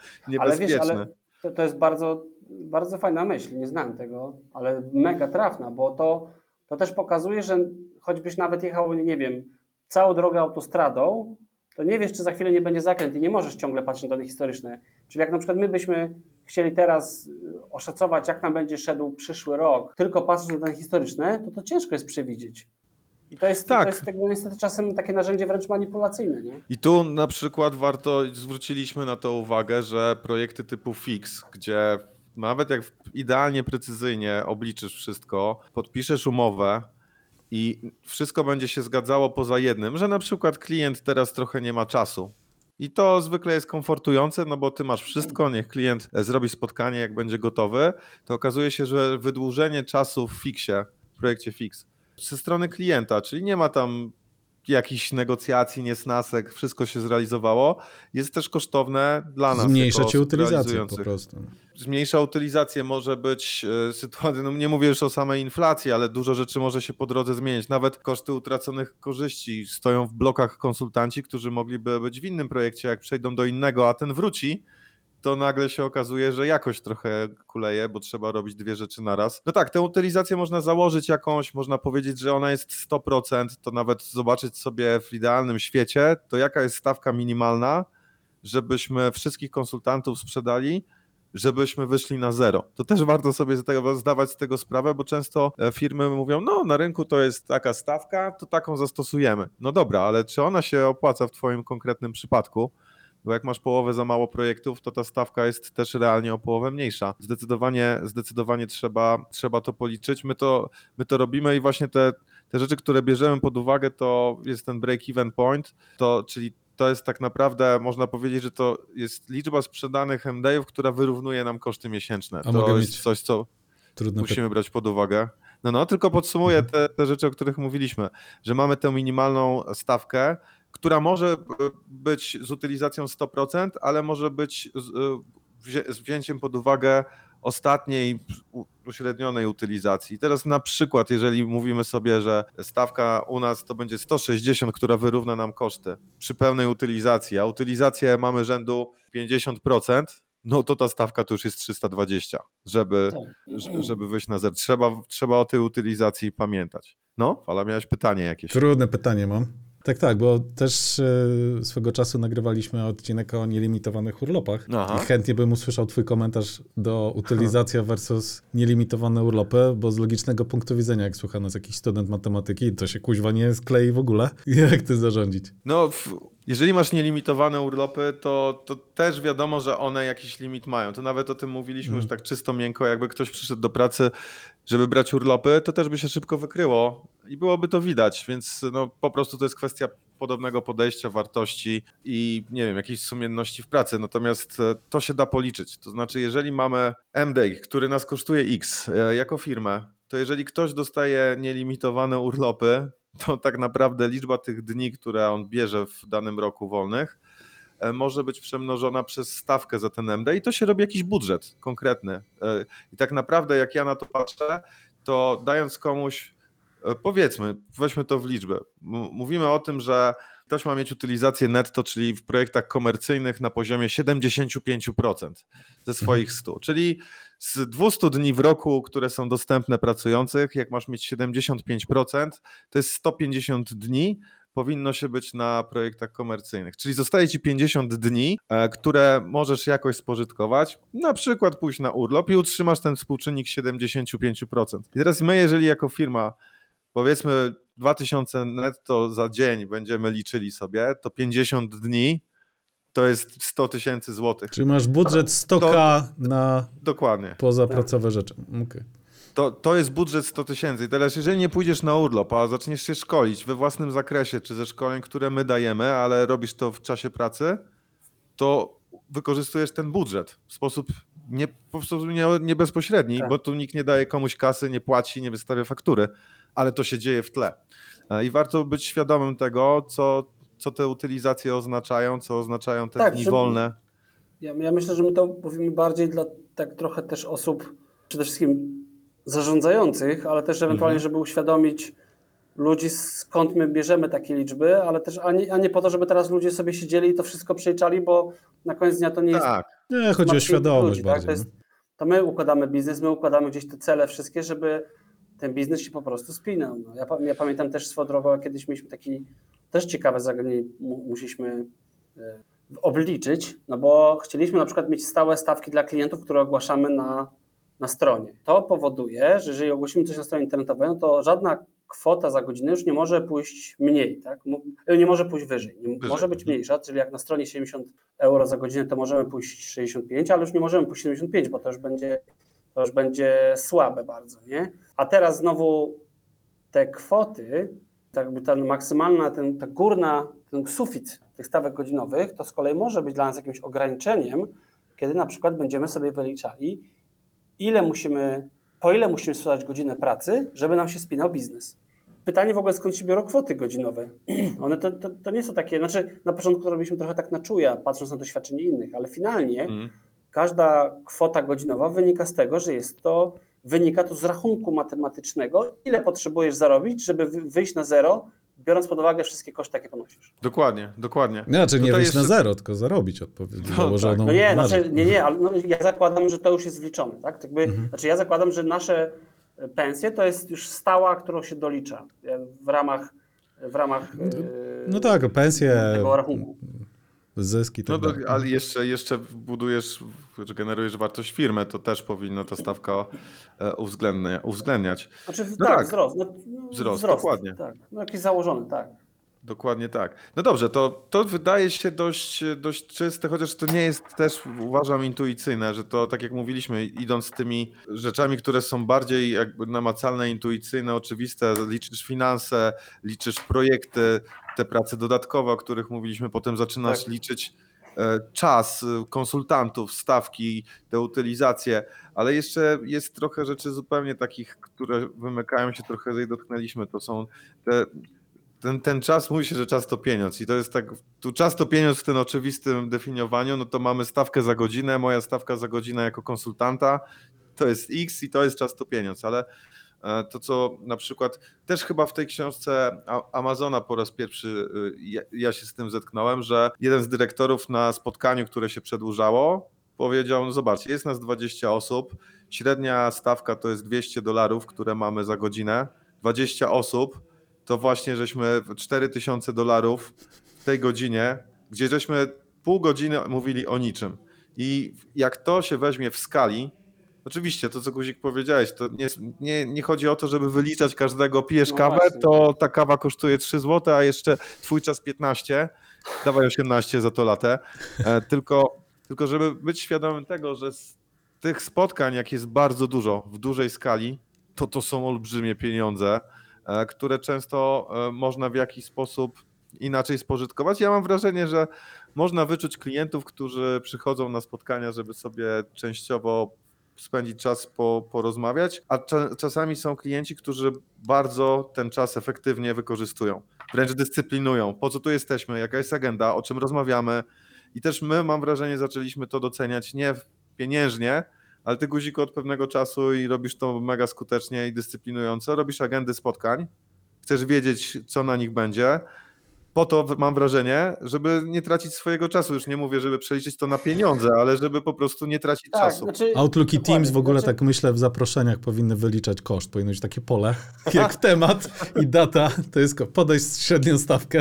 Ale wiesz, niebezpieczne. ale to, to jest bardzo, bardzo fajna myśl, nie znałem tego, ale mega trafna, bo to, to też pokazuje, że choćbyś nawet jechał, nie wiem, całą drogę autostradą, to nie wiesz, czy za chwilę nie będzie zakręt i nie możesz ciągle patrzeć na dane historyczne. Czyli jak na przykład my byśmy chcieli teraz oszacować, jak nam będzie szedł przyszły rok, tylko patrząc na dane historyczne, to to ciężko jest przewidzieć. I to jest, Tak. to jest tego niestety czasem takie narzędzie wręcz manipulacyjne, nie? I tu na przykład warto, zwróciliśmy na to uwagę, że projekty typu fix, gdzie nawet jak idealnie precyzyjnie obliczysz wszystko, podpiszesz umowę i wszystko będzie się zgadzało poza jednym, że na przykład klient teraz trochę nie ma czasu. I to zwykle jest komfortujące, no bo ty masz wszystko, niech klient zrobi spotkanie, jak będzie gotowy, to okazuje się, że wydłużenie czasu w fixie, w projekcie fix, ze strony klienta, czyli nie ma tam jakichś negocjacji, niesnasek, wszystko się zrealizowało, jest też kosztowne dla nas. Zmniejsza jako ci osób utylizację po realizujących. prostu. Zmniejsza utylizację, może być e, sytuacja, no nie mówię już o samej inflacji, ale dużo rzeczy może się po drodze zmienić. Nawet koszty utraconych korzyści. Stoją w blokach konsultanci, którzy mogliby być w innym projekcie, jak przejdą do innego, a ten wróci, to nagle się okazuje, że jakość trochę kuleje, bo trzeba robić dwie rzeczy naraz. No tak, tę utylizację można założyć jakąś, można powiedzieć, że ona jest sto procent, to nawet zobaczyć sobie w idealnym świecie, to jaka jest stawka minimalna, żebyśmy wszystkich konsultantów sprzedali, żebyśmy wyszli na zero. To też warto sobie z tego, zdawać z tego sprawę, bo często firmy mówią, no na rynku to jest taka stawka, to taką zastosujemy. No dobra, ale czy ona się opłaca w twoim konkretnym przypadku? Bo jak masz połowę za mało projektów, to ta stawka jest też realnie o połowę mniejsza. Zdecydowanie, zdecydowanie trzeba, trzeba to policzyć. My to, my to robimy i właśnie te, te rzeczy, które bierzemy pod uwagę, to jest ten break-even point, to, czyli to jest tak naprawdę, można powiedzieć, że to jest liczba sprzedanych M D ów, która wyrównuje nam koszty miesięczne. A to mogę jest mieć- coś, co... Trudne musimy brać pod uwagę. No, no, tylko podsumuję te, te rzeczy, o których mówiliśmy, że mamy tę minimalną stawkę, która może być z utylizacją sto procent, ale może być z, wzię- z wzięciem pod uwagę ostatniej uśrednionej utylizacji. Teraz na przykład, jeżeli mówimy sobie, że stawka u nas to będzie sto sześćdziesiąt, która wyrówna nam koszty przy pełnej utylizacji, a utylizację mamy rzędu pięćdziesiąt procent, no to ta stawka to już jest trzysta dwadzieścia, żeby, Tak. żeby wyjść na zero. Trzeba, trzeba o tej utylizacji pamiętać. No, Fala, miałeś pytanie jakieś. Trudne pytanie mam. Tak, tak, bo też e, swego czasu nagrywaliśmy odcinek o nielimitowanych urlopach Aha. i chętnie bym usłyszał twój komentarz do utylizacja versus nielimitowane urlopy, bo z logicznego punktu widzenia, jak słucha nas jakiś student matematyki, to się kuźwa nie sklei w ogóle. Jak ty zarządzić? No, w, jeżeli masz nielimitowane urlopy, to, to też wiadomo, że one jakiś limit mają. To nawet o tym mówiliśmy Mm. już tak czysto miękko, jakby ktoś przyszedł do pracy, żeby brać urlopy, to też by się szybko wykryło i byłoby to widać, więc no, po prostu to jest kwestia podobnego podejścia, wartości i nie wiem, jakiejś sumienności w pracy. Natomiast e, to się da policzyć. To znaczy, jeżeli mamy M D, który nas kosztuje X e, jako firmę, to jeżeli ktoś dostaje nielimitowane urlopy, to tak naprawdę liczba tych dni, które on bierze w danym roku wolnych, e, może być przemnożona przez stawkę za ten M D i to się robi jakiś budżet konkretny. E, I tak naprawdę jak ja na to patrzę, to dając komuś, e, powiedzmy, weźmy to w liczbę, M- mówimy o tym, że ktoś ma mieć utylizację netto, czyli w projektach komercyjnych na poziomie siedemdziesiąt pięć procent ze swoich stu, czyli z dwieście dni w roku, które są dostępne pracujących, jak masz mieć siedemdziesiąt pięć procent, to jest sto pięćdziesiąt dni, powinno się być na projektach komercyjnych. Czyli zostaje ci pięćdziesiąt dni, e, które możesz jakoś spożytkować, na przykład pójść na urlop i utrzymasz ten współczynnik siedemdziesiąt pięć procent. I teraz my, jeżeli jako firma, powiedzmy dwa tysiące netto za dzień będziemy liczyli sobie, to pięćdziesiąt dni to jest sto tysięcy złotych. Czy masz budżet sto ka na Dokładnie. pozapracowe rzeczy? Okej. To, to jest budżet sto tysięcy. I teraz jeżeli nie pójdziesz na urlop, a zaczniesz się szkolić we własnym zakresie, czy ze szkoleń, które my dajemy, ale robisz to w czasie pracy, to wykorzystujesz ten budżet w sposób nie, po prostu nie, nie bezpośredni, Tak. bo tu nikt nie daje komuś kasy, nie płaci, nie wystawia faktury, ale to się dzieje w tle. E, I warto być świadomym tego, co, co te utylizacje oznaczają, co oznaczają te Tak, dni że- wolne. Ja, ja myślę, że my to mówimy bardziej dla tak trochę też osób, przede wszystkim zarządzających, ale też ewentualnie, Mhm. żeby uświadomić ludzi, skąd my bierzemy takie liczby, ale też, a nie, a nie po to, żeby teraz ludzie sobie siedzieli i to wszystko przeliczali, bo na koniec dnia to nie jest Tak, Nie, chodzi o smaczniej świadomość ludzi, tak? bardziej. To, jest, to my układamy biznes, my układamy gdzieś te cele wszystkie, żeby ten biznes się po prostu spinał. No, ja, pa- ja pamiętam też swoją drogą, kiedyś mieliśmy taki też ciekawe zagadnienie, mu, musieliśmy e, obliczyć, no bo chcieliśmy na przykład mieć stałe stawki dla klientów, które ogłaszamy na, na stronie. To powoduje, że jeżeli ogłosimy coś na stronie internetowej, no to żadna kwota za godzinę już nie może pójść mniej, tak? Mo- Nie może pójść wyżej. Nie, Wyżej, może być mhm. mniejsza, czyli jak na stronie siedemdziesiąt euro za godzinę, to możemy pójść sześćdziesiąt pięć, ale już nie możemy pójść siedemdziesiąt pięć, bo to już będzie, to już będzie słabe bardzo, nie? A teraz znowu te kwoty, tak jakby ta maksymalna, ten, ta górna, ten sufit tych stawek godzinowych, to z kolei może być dla nas jakimś ograniczeniem, kiedy na przykład będziemy sobie wyliczali, ile musimy, po ile musimy sprzedać godzinę pracy, żeby nam się spinał biznes. Pytanie w ogóle, skąd się biorą kwoty godzinowe? One to, to, to nie są takie, znaczy na początku to robiliśmy trochę tak na czuja, patrząc na doświadczenie innych, ale finalnie Mhm. każda kwota godzinowa wynika z tego, że jest to, wynika to z rachunku matematycznego, ile potrzebujesz zarobić, żeby wy- wyjść na zero, biorąc pod uwagę wszystkie koszty, jakie ponosisz. Dokładnie, dokładnie. Nie, znaczy nie Tutaj wyjść na jeszcze- zero, tylko zarobić odpowiednio No założoną No nie, marżę. znaczy, nie, nie, ale no, ja zakładam, że to już jest wliczone, tak? Jakby, Mhm. Znaczy ja zakładam, że nasze pensje to jest już stała, którą się dolicza w ramach, w ramach No tak, pensje, tego rachunku. zyski. No Tak to, dalej. ale jeszcze, jeszcze budujesz, że generujesz wartość firmy, to też powinno ta stawka e, uwzględnia, uwzględniać. Znaczy, No tak, tak. wzrost. No, no, Wzrost, dokładnie. Tak, no jakiś założony, tak. Dokładnie tak. No dobrze, to, to wydaje się dość, dość czyste, chociaż to nie jest też, uważam, intuicyjne, że to, tak jak mówiliśmy, idąc tymi rzeczami, które są bardziej jakby namacalne, intuicyjne, oczywiste, liczysz finanse, liczysz projekty, te prace dodatkowe, o których mówiliśmy, potem zaczynasz Tak. liczyć czas konsultantów, stawki, te utylizacje, ale jeszcze jest trochę rzeczy zupełnie takich, które wymykają się, trochę i dotknęliśmy, to są te, ten, ten czas, mówi się, że czas to pieniądz i to jest tak, tu czas to pieniądz w tym oczywistym definiowaniu, no to mamy stawkę za godzinę, moja stawka za godzinę jako konsultanta, to jest X i to jest czas to pieniądz, ale to, co na przykład też chyba w tej książce Amazona po raz pierwszy ja, ja się z tym zetknąłem, że jeden z dyrektorów na spotkaniu, które się przedłużało, powiedział, no zobaczcie, jest nas dwadzieścia osób, średnia stawka to jest dwieście dolarów, które mamy za godzinę, dwadzieścia osób, to właśnie żeśmy cztery tysiące dolarów w tej godzinie, gdzie żeśmy pół godziny mówili o niczym. I jak to się weźmie w skali, oczywiście, to co Guzik powiedziałeś, to nie, nie, nie chodzi o to, żeby wyliczać każdego, pijesz No kawę, właśnie. to ta kawa kosztuje trzy złote, a jeszcze twój czas piętnaście, dawaj osiemnaście za to latę, e, tylko, tylko żeby być świadomym tego, że z tych spotkań, jak jest bardzo dużo, w dużej skali, to to są olbrzymie pieniądze, e, które często e, można w jakiś sposób inaczej spożytkować. Ja mam wrażenie, że można wyczuć klientów, którzy przychodzą na spotkania, żeby sobie częściowo spędzić czas, po, porozmawiać, a cza, czasami są klienci, którzy bardzo ten czas efektywnie wykorzystują, wręcz dyscyplinują, po co tu jesteśmy, jaka jest agenda, o czym rozmawiamy i też my, mam wrażenie, zaczęliśmy to doceniać nie pieniężnie, ale ty, Guziku, od pewnego czasu i robisz to mega skutecznie i dyscyplinująco, robisz agendy spotkań, chcesz wiedzieć, co na nich będzie, po to mam wrażenie, żeby nie tracić swojego czasu. Już nie mówię, żeby przeliczyć to na pieniądze, ale żeby po prostu nie tracić Tak, czasu. znaczy, Outlook i Teams w ogóle, znaczy, tak myślę, w zaproszeniach powinny wyliczać koszt. Powinno być takie pole, jak temat i data, to jest ko- podaj średnią stawkę.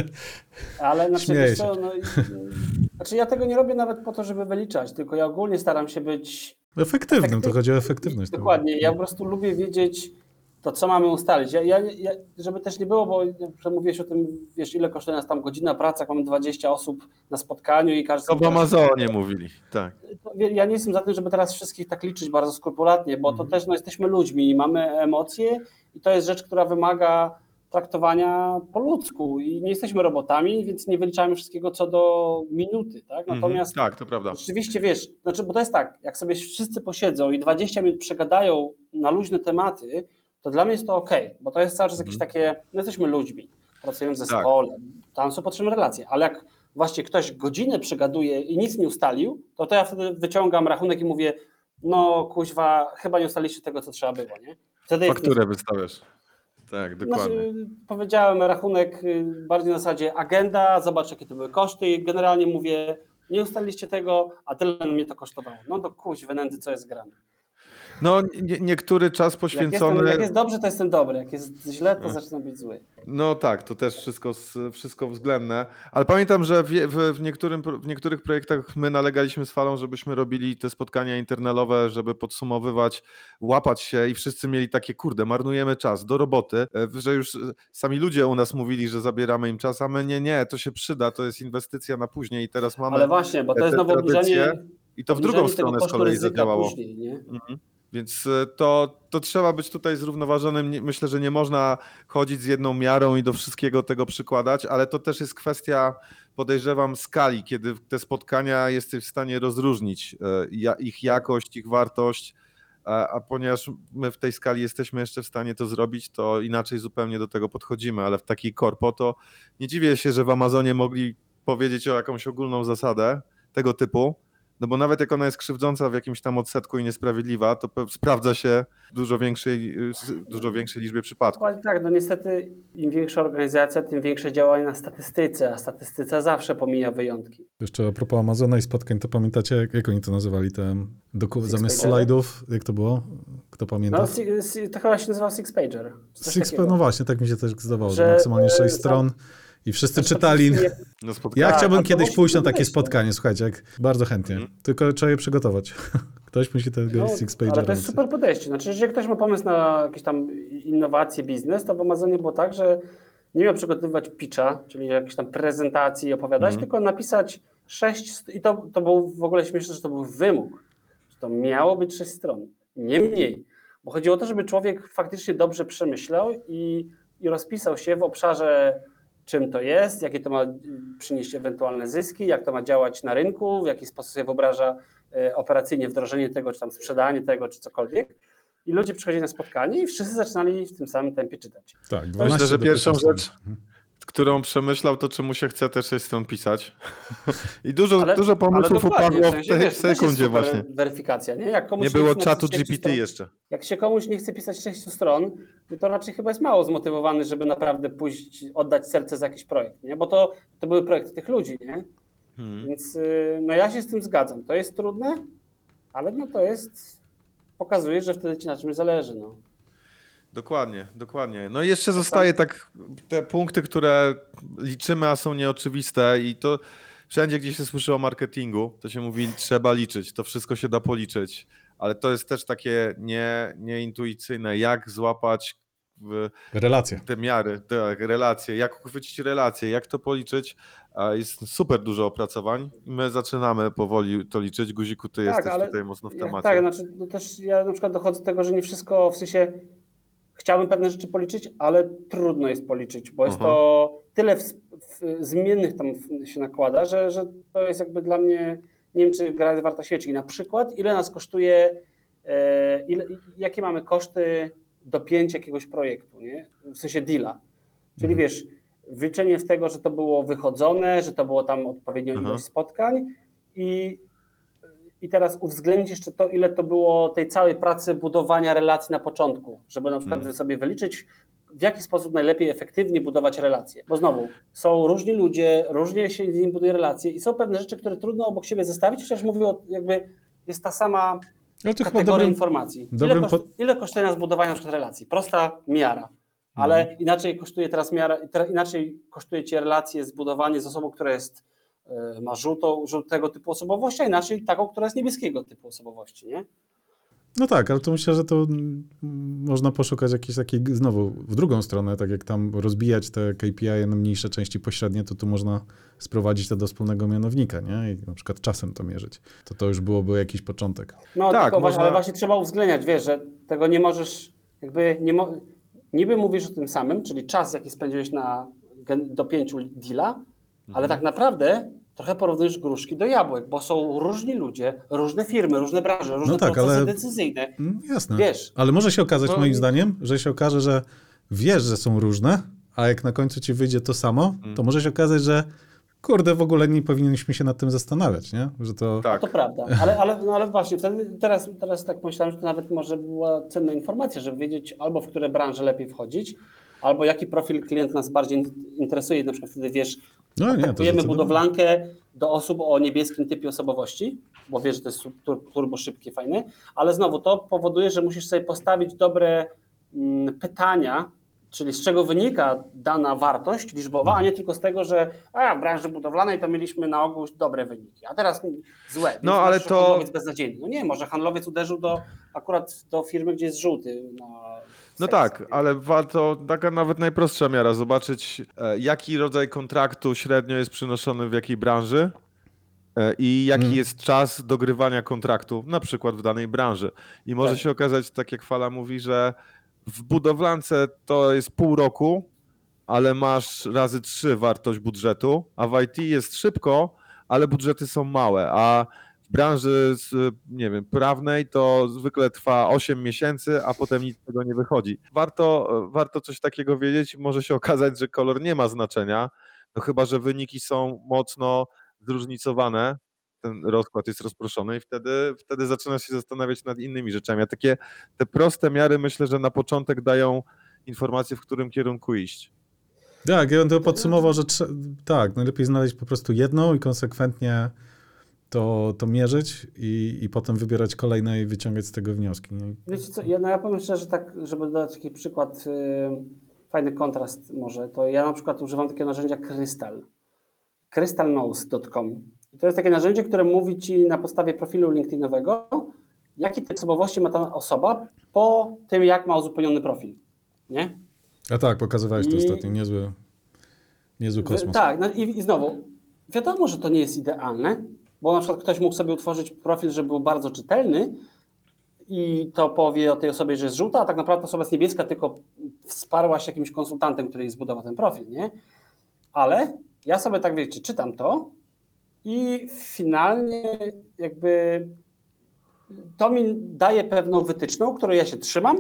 Ale znaczy, Śmieję wiesz się. co, no, i- znaczy ja tego nie robię nawet po to, żeby wyliczać, tylko ja ogólnie staram się być Efektywnym, to chodzi o efektywność. Dokładnie. Ja po prostu lubię wiedzieć to, co mamy ustalić. Ja, ja, ja, żeby też nie było, bo że mówiłeś o tym, wiesz, ile kosztuje nas tam godzina pracy, jak mamy dwadzieścia osób na spotkaniu i każdy... To w Amazonie mówili, tak. Ja nie jestem za tym, żeby teraz wszystkich tak liczyć bardzo skrupulatnie, bo to też no, jesteśmy ludźmi i mamy emocje i to jest rzecz, która wymaga traktowania po ludzku i nie jesteśmy robotami, więc nie wyliczamy wszystkiego co do minuty, tak? Natomiast Mhm, tak, to prawda. Rzeczywiście, wiesz, znaczy, bo to jest tak, jak sobie wszyscy posiedzą i dwadzieścia minut przegadają na luźne tematy, to dla mnie jest to okej, bo to jest cały czas jakieś Mhm. takie, no jesteśmy ludźmi, pracujemy w Tak. zespole, tam są potrzebne relacje, ale jak właśnie ktoś godzinę przegaduje i nic nie ustalił, to to ja wtedy wyciągam rachunek i mówię, no kuźwa, chyba nie ustaliście tego, co trzeba było, nie? Wtedy jest- Fakturę wystawiasz. Tak, dokładnie. Znaczy, powiedziałem rachunek y, bardziej na zasadzie agenda, zobacz jakie to były koszty i generalnie mówię, nie ustaliliście tego, a tyle mnie to kosztowało. No to kuźwa nędzy, co jest grane. No, nie, niektóry czas Jak, poświęcony... jestem, jak jest dobrze, to jestem dobry, jak jest źle, to zaczynam być zły. No tak, to też wszystko, s- wszystko względne, ale pamiętam, że w, w, w, niektórym, w niektórych projektach my nalegaliśmy z Falą, żebyśmy robili te spotkania internelowe, żeby podsumowywać, łapać się i wszyscy mieli takie, kurde, marnujemy czas, do roboty, e, że już e, sami ludzie u nas mówili, że zabieramy im czas, a my nie, nie, to się przyda, to jest inwestycja na później i teraz mamy Ale właśnie, bo te- to jest te znowu obniżenie, tradycje i to w obniżenie drugą tego stronę z kosztu kolei ryzyka zadziałało. później, nie? Mhm. Więc e, to, to trzeba być tutaj zrównoważonym. Nie- Myślę, że nie można chodzić z jedną miarą i do wszystkiego tego przykładać, ale to też jest kwestia, podejrzewam, skali, kiedy te spotkania jesteś w stanie rozróżnić e, ja- ich jakość, ich wartość, a, a ponieważ my w tej skali jesteśmy jeszcze w stanie to zrobić, to inaczej zupełnie do tego podchodzimy, ale w takiej korpo to nie dziwię się, że w Amazonie mogli powiedzieć o jakąś ogólną zasadę tego typu, no bo nawet jak ona jest krzywdząca w jakimś tam odsetku i niesprawiedliwa, to pe- sprawdza się w dużo większej, dużo większej liczbie przypadków. Dokładnie tak, no niestety im większa organizacja, tym większe działanie na statystyce, a statystyka zawsze pomija wyjątki. Jeszcze a propos Amazona i spotkań, to pamiętacie, jak, jak oni to nazywali? Te doku- Six zamiast pager? slajdów, jak to było? Kto pamięta? No, si, si, to chyba się nazywał Six Pager. Coś Six, takiego. no właśnie, tak mi się też zdawało, że, Że, maksymalnie e, sześć tam- stron i wszyscy Zresztą czytali. nie- No Ja spotkania. Tak, chciałbym a to kiedyś musi pójść na być takie myślę. spotkanie, słuchajcie, jak bardzo chętnie. Mhm. Tylko trzeba je przygotować. Ktoś musi tego No, Six ale Pagera to jest napisać. super podejście. Znaczy, jeżeli ktoś ma pomysł na jakieś tam innowacje, biznes, to w Amazonie było tak, że nie miał przygotowywać pitcha, czyli jakieś tam prezentacji i opowiadać, Mhm. tylko napisać sześć, st- i to, to był w ogóle śmieszne, że to był wymóg, że to miało być sześć stron, nie mniej, bo chodziło o to, żeby człowiek faktycznie dobrze przemyślał i, i rozpisał się w obszarze czym to jest, jakie to ma przynieść ewentualne zyski, jak to ma działać na rynku, w jaki sposób sobie wyobraża operacyjnie wdrożenie tego, czy tam sprzedanie tego, czy cokolwiek. I ludzie przychodzili na spotkanie i wszyscy zaczynali w tym samym tempie czytać. Tak, Myślę, że do pierwszą piętnastu. rzecz, którą przemyślał, to czy mu się chce te sześć stron pisać. I dużo, Ale- dużo pomysłów ale dokładnie, upadło w w sensie, tej wiesz, to też jest sekundzie super właśnie. weryfikacja, nie? Jak komuś Nie było chce czatu napisać G P sześć T stron- jeszcze. Jak się komuś nie chce pisać sześciu stron, to raczej chyba jest mało zmotywowany, żeby naprawdę pójść, oddać serce za jakiś projekt, nie? Bo to, to były projekty tych ludzi, nie? Hmm. Więc yy, no ja się z tym zgadzam. To jest trudne, ale no to jest, pokazuje, że wtedy ci na czymś zależy, no. Dokładnie, dokładnie. No i jeszcze zostaje tak te punkty, które liczymy, a są nieoczywiste i to wszędzie, gdzie się słyszy o marketingu, to się mówi, trzeba liczyć, to wszystko się da policzyć, ale to jest też takie nie, nieintuicyjne, jak złapać w Relacje. te miary, tak, relacje, jak uchwycić relacje, jak to policzyć. A Jest super dużo opracowań. My zaczynamy powoli to liczyć. Guziku, ty jesteś tutaj mocno w ja- temacie. Tak, znaczy no też ja na przykład dochodzę do tego, że nie wszystko, w sensie chciałbym pewne rzeczy policzyć, ale trudno jest policzyć, bo jest Aha. to tyle w, w, zmiennych tam się nakłada, że, że to jest jakby dla mnie, nie wiem, czy gra jest warta świeczki. Na przykład, ile nas kosztuje, e, ile, jakie mamy koszty dopięcia jakiegoś projektu, nie? W sensie deala. Czyli Mhm. wiesz, wliczenie w tego, że to było wychodzone, że to było tam odpowiednio Aha. ilość spotkań i, i teraz uwzględnić jeszcze to, ile to było tej całej pracy budowania relacji na początku, żeby na przykład Mhm. sobie wyliczyć, w jaki sposób najlepiej, efektywnie budować relacje. Bo znowu, są różni ludzie, różnie się z nimi buduje relacje i są pewne rzeczy, które trudno obok siebie zestawić, chociaż mówię, o, jakby jest ta sama Ale to chyba kategoria dobrym, informacji. Ile, dobrym koszt, po- ile kosztuje nas budowanie na przykład relacji? Prosta miara. Ale inaczej kosztuje teraz miara, teraz inaczej kosztuje cię relacje, zbudowanie z osobą, która jest, y, ma żółtą, żółtego typu osobowości, a inaczej taką, która jest niebieskiego typu osobowości, nie? No tak, ale to myślę, że to mm, można poszukać jakiejś takiej, znowu w drugą stronę, tak jak tam rozbijać te K P I na mniejsze części pośrednie, to tu można sprowadzić to do wspólnego mianownika, nie? I na przykład czasem to mierzyć. To to już byłoby jakiś początek. No Tak, tylko właśnie, można- ale właśnie trzeba uwzględniać, wiesz, że tego nie możesz, jakby nie mo- niby mówisz o tym samym, czyli czas, jaki spędziłeś na gen- dopięciu deala, ale tak naprawdę trochę porównujesz gruszki do jabłek, bo są różni ludzie, różne firmy, różne branże, różne tak, procesy ale- decyzyjne. Mm, Jasne. Wiesz. Ale może się okazać, No- moim zdaniem, że się okaże, że wiesz, że są różne, a jak na końcu ci wyjdzie to samo, to może się okazać, że kurde, w ogóle nie powinniśmy się nad tym zastanawiać, nie? Że to... Tak. To prawda, ale, ale, no ale właśnie, wtedy, teraz, teraz tak myślałem, że to nawet może była cenna informacja, żeby wiedzieć albo w które branże lepiej wchodzić, albo jaki profil klient nas bardziej interesuje. Na przykład wtedy wiesz, No nie, to atakujemy zdecydowanie. budowlankę do osób o niebieskim typie osobowości, bo wiesz, że to jest tur- turbo szybkie, fajne, ale znowu to powoduje, że musisz sobie postawić dobre mm, pytania, czyli z czego wynika dana wartość liczbowa, a nie tylko z tego, że a, w branży budowlanej to mieliśmy na ogół dobre wyniki, a teraz złe, więc No, ale nasz to- handlowiec beznadziejny. No nie, może handlowiec uderzył do akurat do firmy, gdzie jest żółty. Na No sekcji. tak, ale warto, taka nawet najprostsza miara, zobaczyć e, jaki rodzaj kontraktu średnio jest przynoszony w jakiej branży e, i jaki Mm. jest czas dogrywania kontraktu, na przykład w danej branży. I może Tak. się okazać, tak jak Fala mówi, że w budowlance to jest pół roku, ale masz razy trzy wartość budżetu, a w I T jest szybko, ale budżety są małe, a w branży z, nie wiem, prawnej to zwykle trwa osiem miesięcy, a potem nic z tego nie wychodzi. Warto, warto coś takiego wiedzieć. Może się okazać, że kolor nie ma znaczenia, no chyba że wyniki są mocno zróżnicowane, ten rozkład jest rozproszony i wtedy, wtedy zaczynasz się zastanawiać nad innymi rzeczami. A takie te proste miary myślę, że na początek dają informację, w którym kierunku iść. Tak, ja bym to podsumował, że trze- tak, najlepiej znaleźć po prostu jedną i konsekwentnie to, to mierzyć i, i potem wybierać kolejne i wyciągać z tego wnioski. Nie? Wiecie co, ja, no ja powiem szczerze, tak, żeby dać taki przykład, y, fajny kontrast może, to ja na przykład używam takiego narzędzia Crystal, crystal knows kropka com. I to jest takie narzędzie, które mówi ci na podstawie profilu LinkedInowego, jaki typ osobowości ma ta osoba po tym, jak ma uzupełniony profil, nie? A tak, pokazywałeś to I- ostatnio, niezły, niezły kosmos. Tak, no i, i znowu, wiadomo, że to nie jest idealne, bo na przykład ktoś mógł sobie utworzyć profil, żeby był bardzo czytelny i to powie o tej osobie, że jest żółta, a tak naprawdę osoba jest niebieska, tylko wsparła się jakimś konsultantem, który jej zbudował ten profil, nie? Ale ja sobie tak, wiecie, czytam to i finalnie jakby to mi daje pewną wytyczną, której ja się trzymam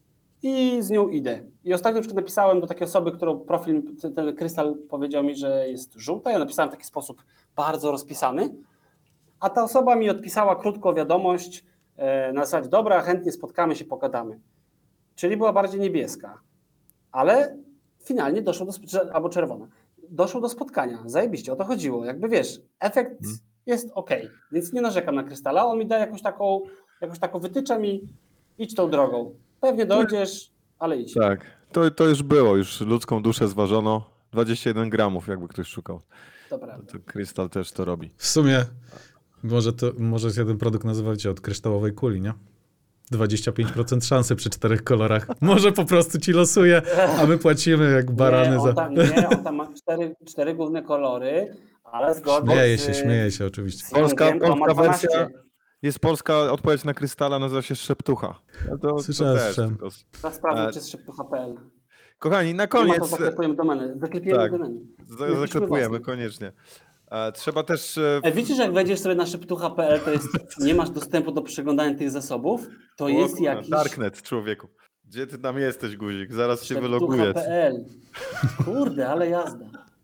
i z nią idę. I ostatnio na przykład napisałem do takiej osoby, którą profil, ten, ten Krystal powiedział mi, że jest żółta. Ja napisałem w taki sposób bardzo rozpisany, a ta osoba mi odpisała krótko wiadomość e, na zasadzie, dobra, chętnie spotkamy się, pogadamy. Czyli była bardziej niebieska, ale finalnie doszło do, albo czerwona, doszło do spotkania. Zajebiście, o to chodziło. Jakby wiesz, efekt hmm. jest ok, więc nie narzekam na Krystala. On mi da jakąś taką, jakąś taką wytyczę mi, idź tą drogą. Pewnie dojdziesz, ale idź. Tak, to, to już było, już ludzką duszę zważono. dwadzieścia jeden gramów, jakby ktoś szukał. To prawda. To Krystal też to robi. W sumie może, to, może się ten produkt nazywać od kryształowej kuli, nie? dwadzieścia pięć procent szansy przy czterech kolorach. Może po prostu ci losuje, a my płacimy jak barany nie, za... On tam, nie, on tam ma cztery, cztery główne kolory, ale zgodnie Śmieje z... się, śmieje się oczywiście. Polska, Polska polska wersja, jest polska odpowiedź na Krystala, nazywa się Szeptucha. No to, to Słyszałem, też, słyszałem. tylko... Trzeba sprawdzić, czy jest szybko H P L. Kochani, na Nie koniec... ma to zaklepujemy domenę. Zaklepujemy tak, domenę. zaklepujemy koniecznie. E, trzeba też... E, e, wiecie, że jak wejdziesz sobie na szeptucha kropka p l, to jest, nie masz dostępu do przeglądania tych zasobów, to o, jest kurwa, jakiś... Darknet, człowieku. Gdzie ty tam jesteś, guzik? Zaraz się szeptucha wyloguję. kropka p l. Kurde, ale jazda.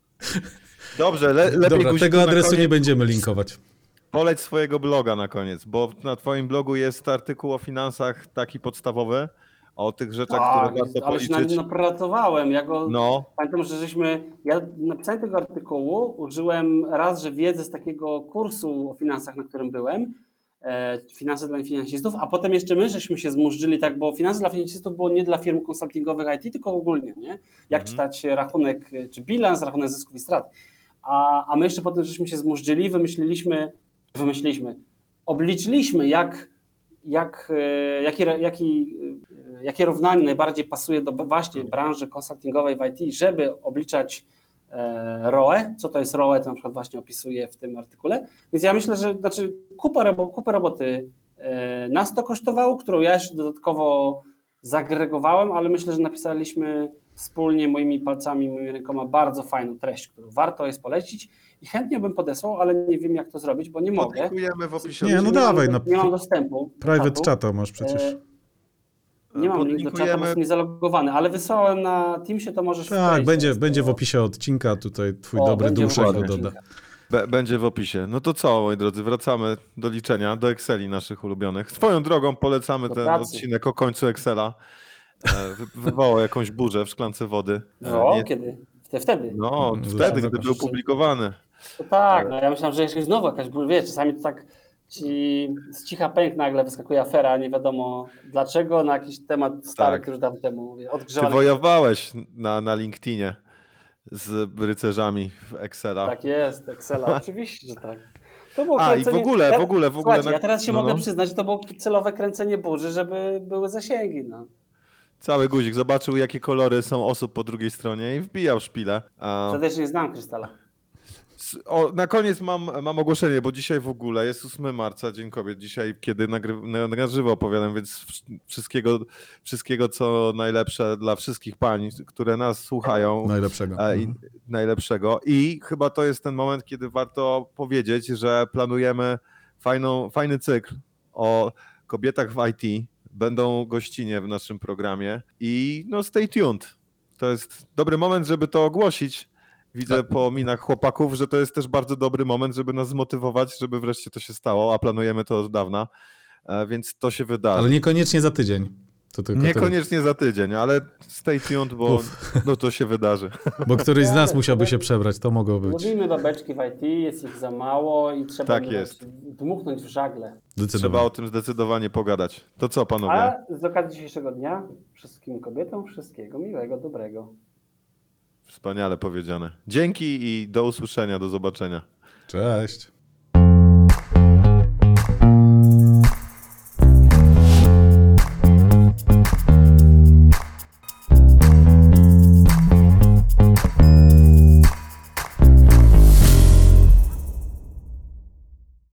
Dobrze, le, lepiej Dobra, guziku, tego adresu koniec... nie będziemy linkować. Poleć swojego bloga na koniec, bo na twoim blogu jest artykuł o finansach taki podstawowy, o tych rzeczach, Tak, które warto ale się na policzyć. nim napracowałem. Ja go, No, pamiętam, że żeśmy, ja napisałem tego artykułu, użyłem raz, że wiedzy z takiego kursu o finansach, na którym byłem, e, finanse dla finansistów, a potem jeszcze my żeśmy się zmurzyli, tak, bo finanse dla finansistów było nie dla firm konsultingowych I T, tylko ogólnie, nie? Jak Mhm. czytać rachunek, czy bilans, rachunek zysków i strat. A, a my jeszcze potem żeśmy się zmurzyli, wymyśliliśmy, wymyśliliśmy, obliczyliśmy, jak, jak, e, jaki, jaki, e, jakie równanie najbardziej pasuje do właśnie branży konsultingowej w I T, żeby obliczać e, R O E. Co to jest R O E, to na przykład właśnie opisuję w tym artykule. Więc ja myślę, że znaczy kupę, robo, kupę roboty e, nas to kosztowało, którą ja jeszcze dodatkowo zagregowałem, ale myślę, że napisaliśmy wspólnie moimi palcami, moimi rękoma bardzo fajną treść, którą warto jest polecić i chętnie bym podesłał, ale nie wiem, jak to zrobić, bo nie mogę. podlinkujemy w opisie. Nie, no nie dawaj, mam, no. nie mam dostępu. Private czatu. chata masz przecież. E, Nie mam link do czatu, bo Podlinkujemy. jestem niezalogowany, ale wysłałem na Teamsie, to możesz... Tak, wejść będzie, teraz, będzie w to- opisie odcinka, tutaj twój O, dobry będzie w duszek go opisie doda. odcinka. Be- będzie w opisie. No to co, moi drodzy, wracamy do liczenia, do Exceli naszych ulubionych. Swoją drogą polecamy Do ten pracy. odcinek o końcu Excela. E, wy- Wywołał jakąś burzę w szklance wody. E, No, nie- kiedy? Wtedy. wtedy. No, Mm, wtedy, zaraz gdy był zobaczysz. publikowany. To tak, no ja myślałem, że jeszcze znowu jakaś, wie, czasami to tak ci z cicha pęk nagle wyskakuje afera, nie wiadomo dlaczego, na jakiś temat stary, Tak. który dawno temu mówię, Ty odgrzewany. wojowałeś na, na LinkedInie z rycerzami w Excela. Tak jest, Excela, oczywiście, że tak. To było A, i w kręcenie- ogóle, ja, w ogóle, w ogóle Słuchajcie, na- ja teraz się no, mogę no. przyznać, że to było celowe kręcenie burzy, żeby były zasięgi. No. Cały guzik zobaczył, jakie kolory są osób po drugiej stronie i wbijał szpilę. A, Serdecznie nie znam Krystala. s- o, na koniec mam, mam ogłoszenie, bo dzisiaj w ogóle jest ósmego marca, Dzień Kobiet. Dzisiaj, kiedy nagry, na, na żywo opowiadam, więc w- wszystkiego, wszystkiego, co najlepsze dla wszystkich pań, które nas słuchają. Najlepszego. E, I, Mhm. najlepszego. I chyba to jest ten moment, kiedy warto powiedzieć, że planujemy fajną, fajny cykl o kobietach w I T. Będą gościnie w naszym programie i no stay tuned. To jest dobry moment, żeby to ogłosić. Widzę Tak. po minach chłopaków, że to jest też bardzo dobry moment, żeby nas zmotywować, żeby wreszcie to się stało, a planujemy to od dawna, e, więc to się wydarzy. Ale niekoniecznie za tydzień. To tylko tyle. Niekoniecznie za tydzień, ale stay tuned, bo Uf. no to się wydarzy. Bo któryś z nas musiałby się przebrać, to mogło być. Lubimy babeczki w I T, jest ich za mało i trzeba Tak dmuch- jest. dmuchnąć w żagle. Trzeba Zdecydowanie. o tym zdecydowanie pogadać. To co, panowie? A z okazji dzisiejszego dnia wszystkim kobietom wszystkiego miłego, dobrego. Wspaniale powiedziane. Dzięki i do usłyszenia, do zobaczenia. Cześć.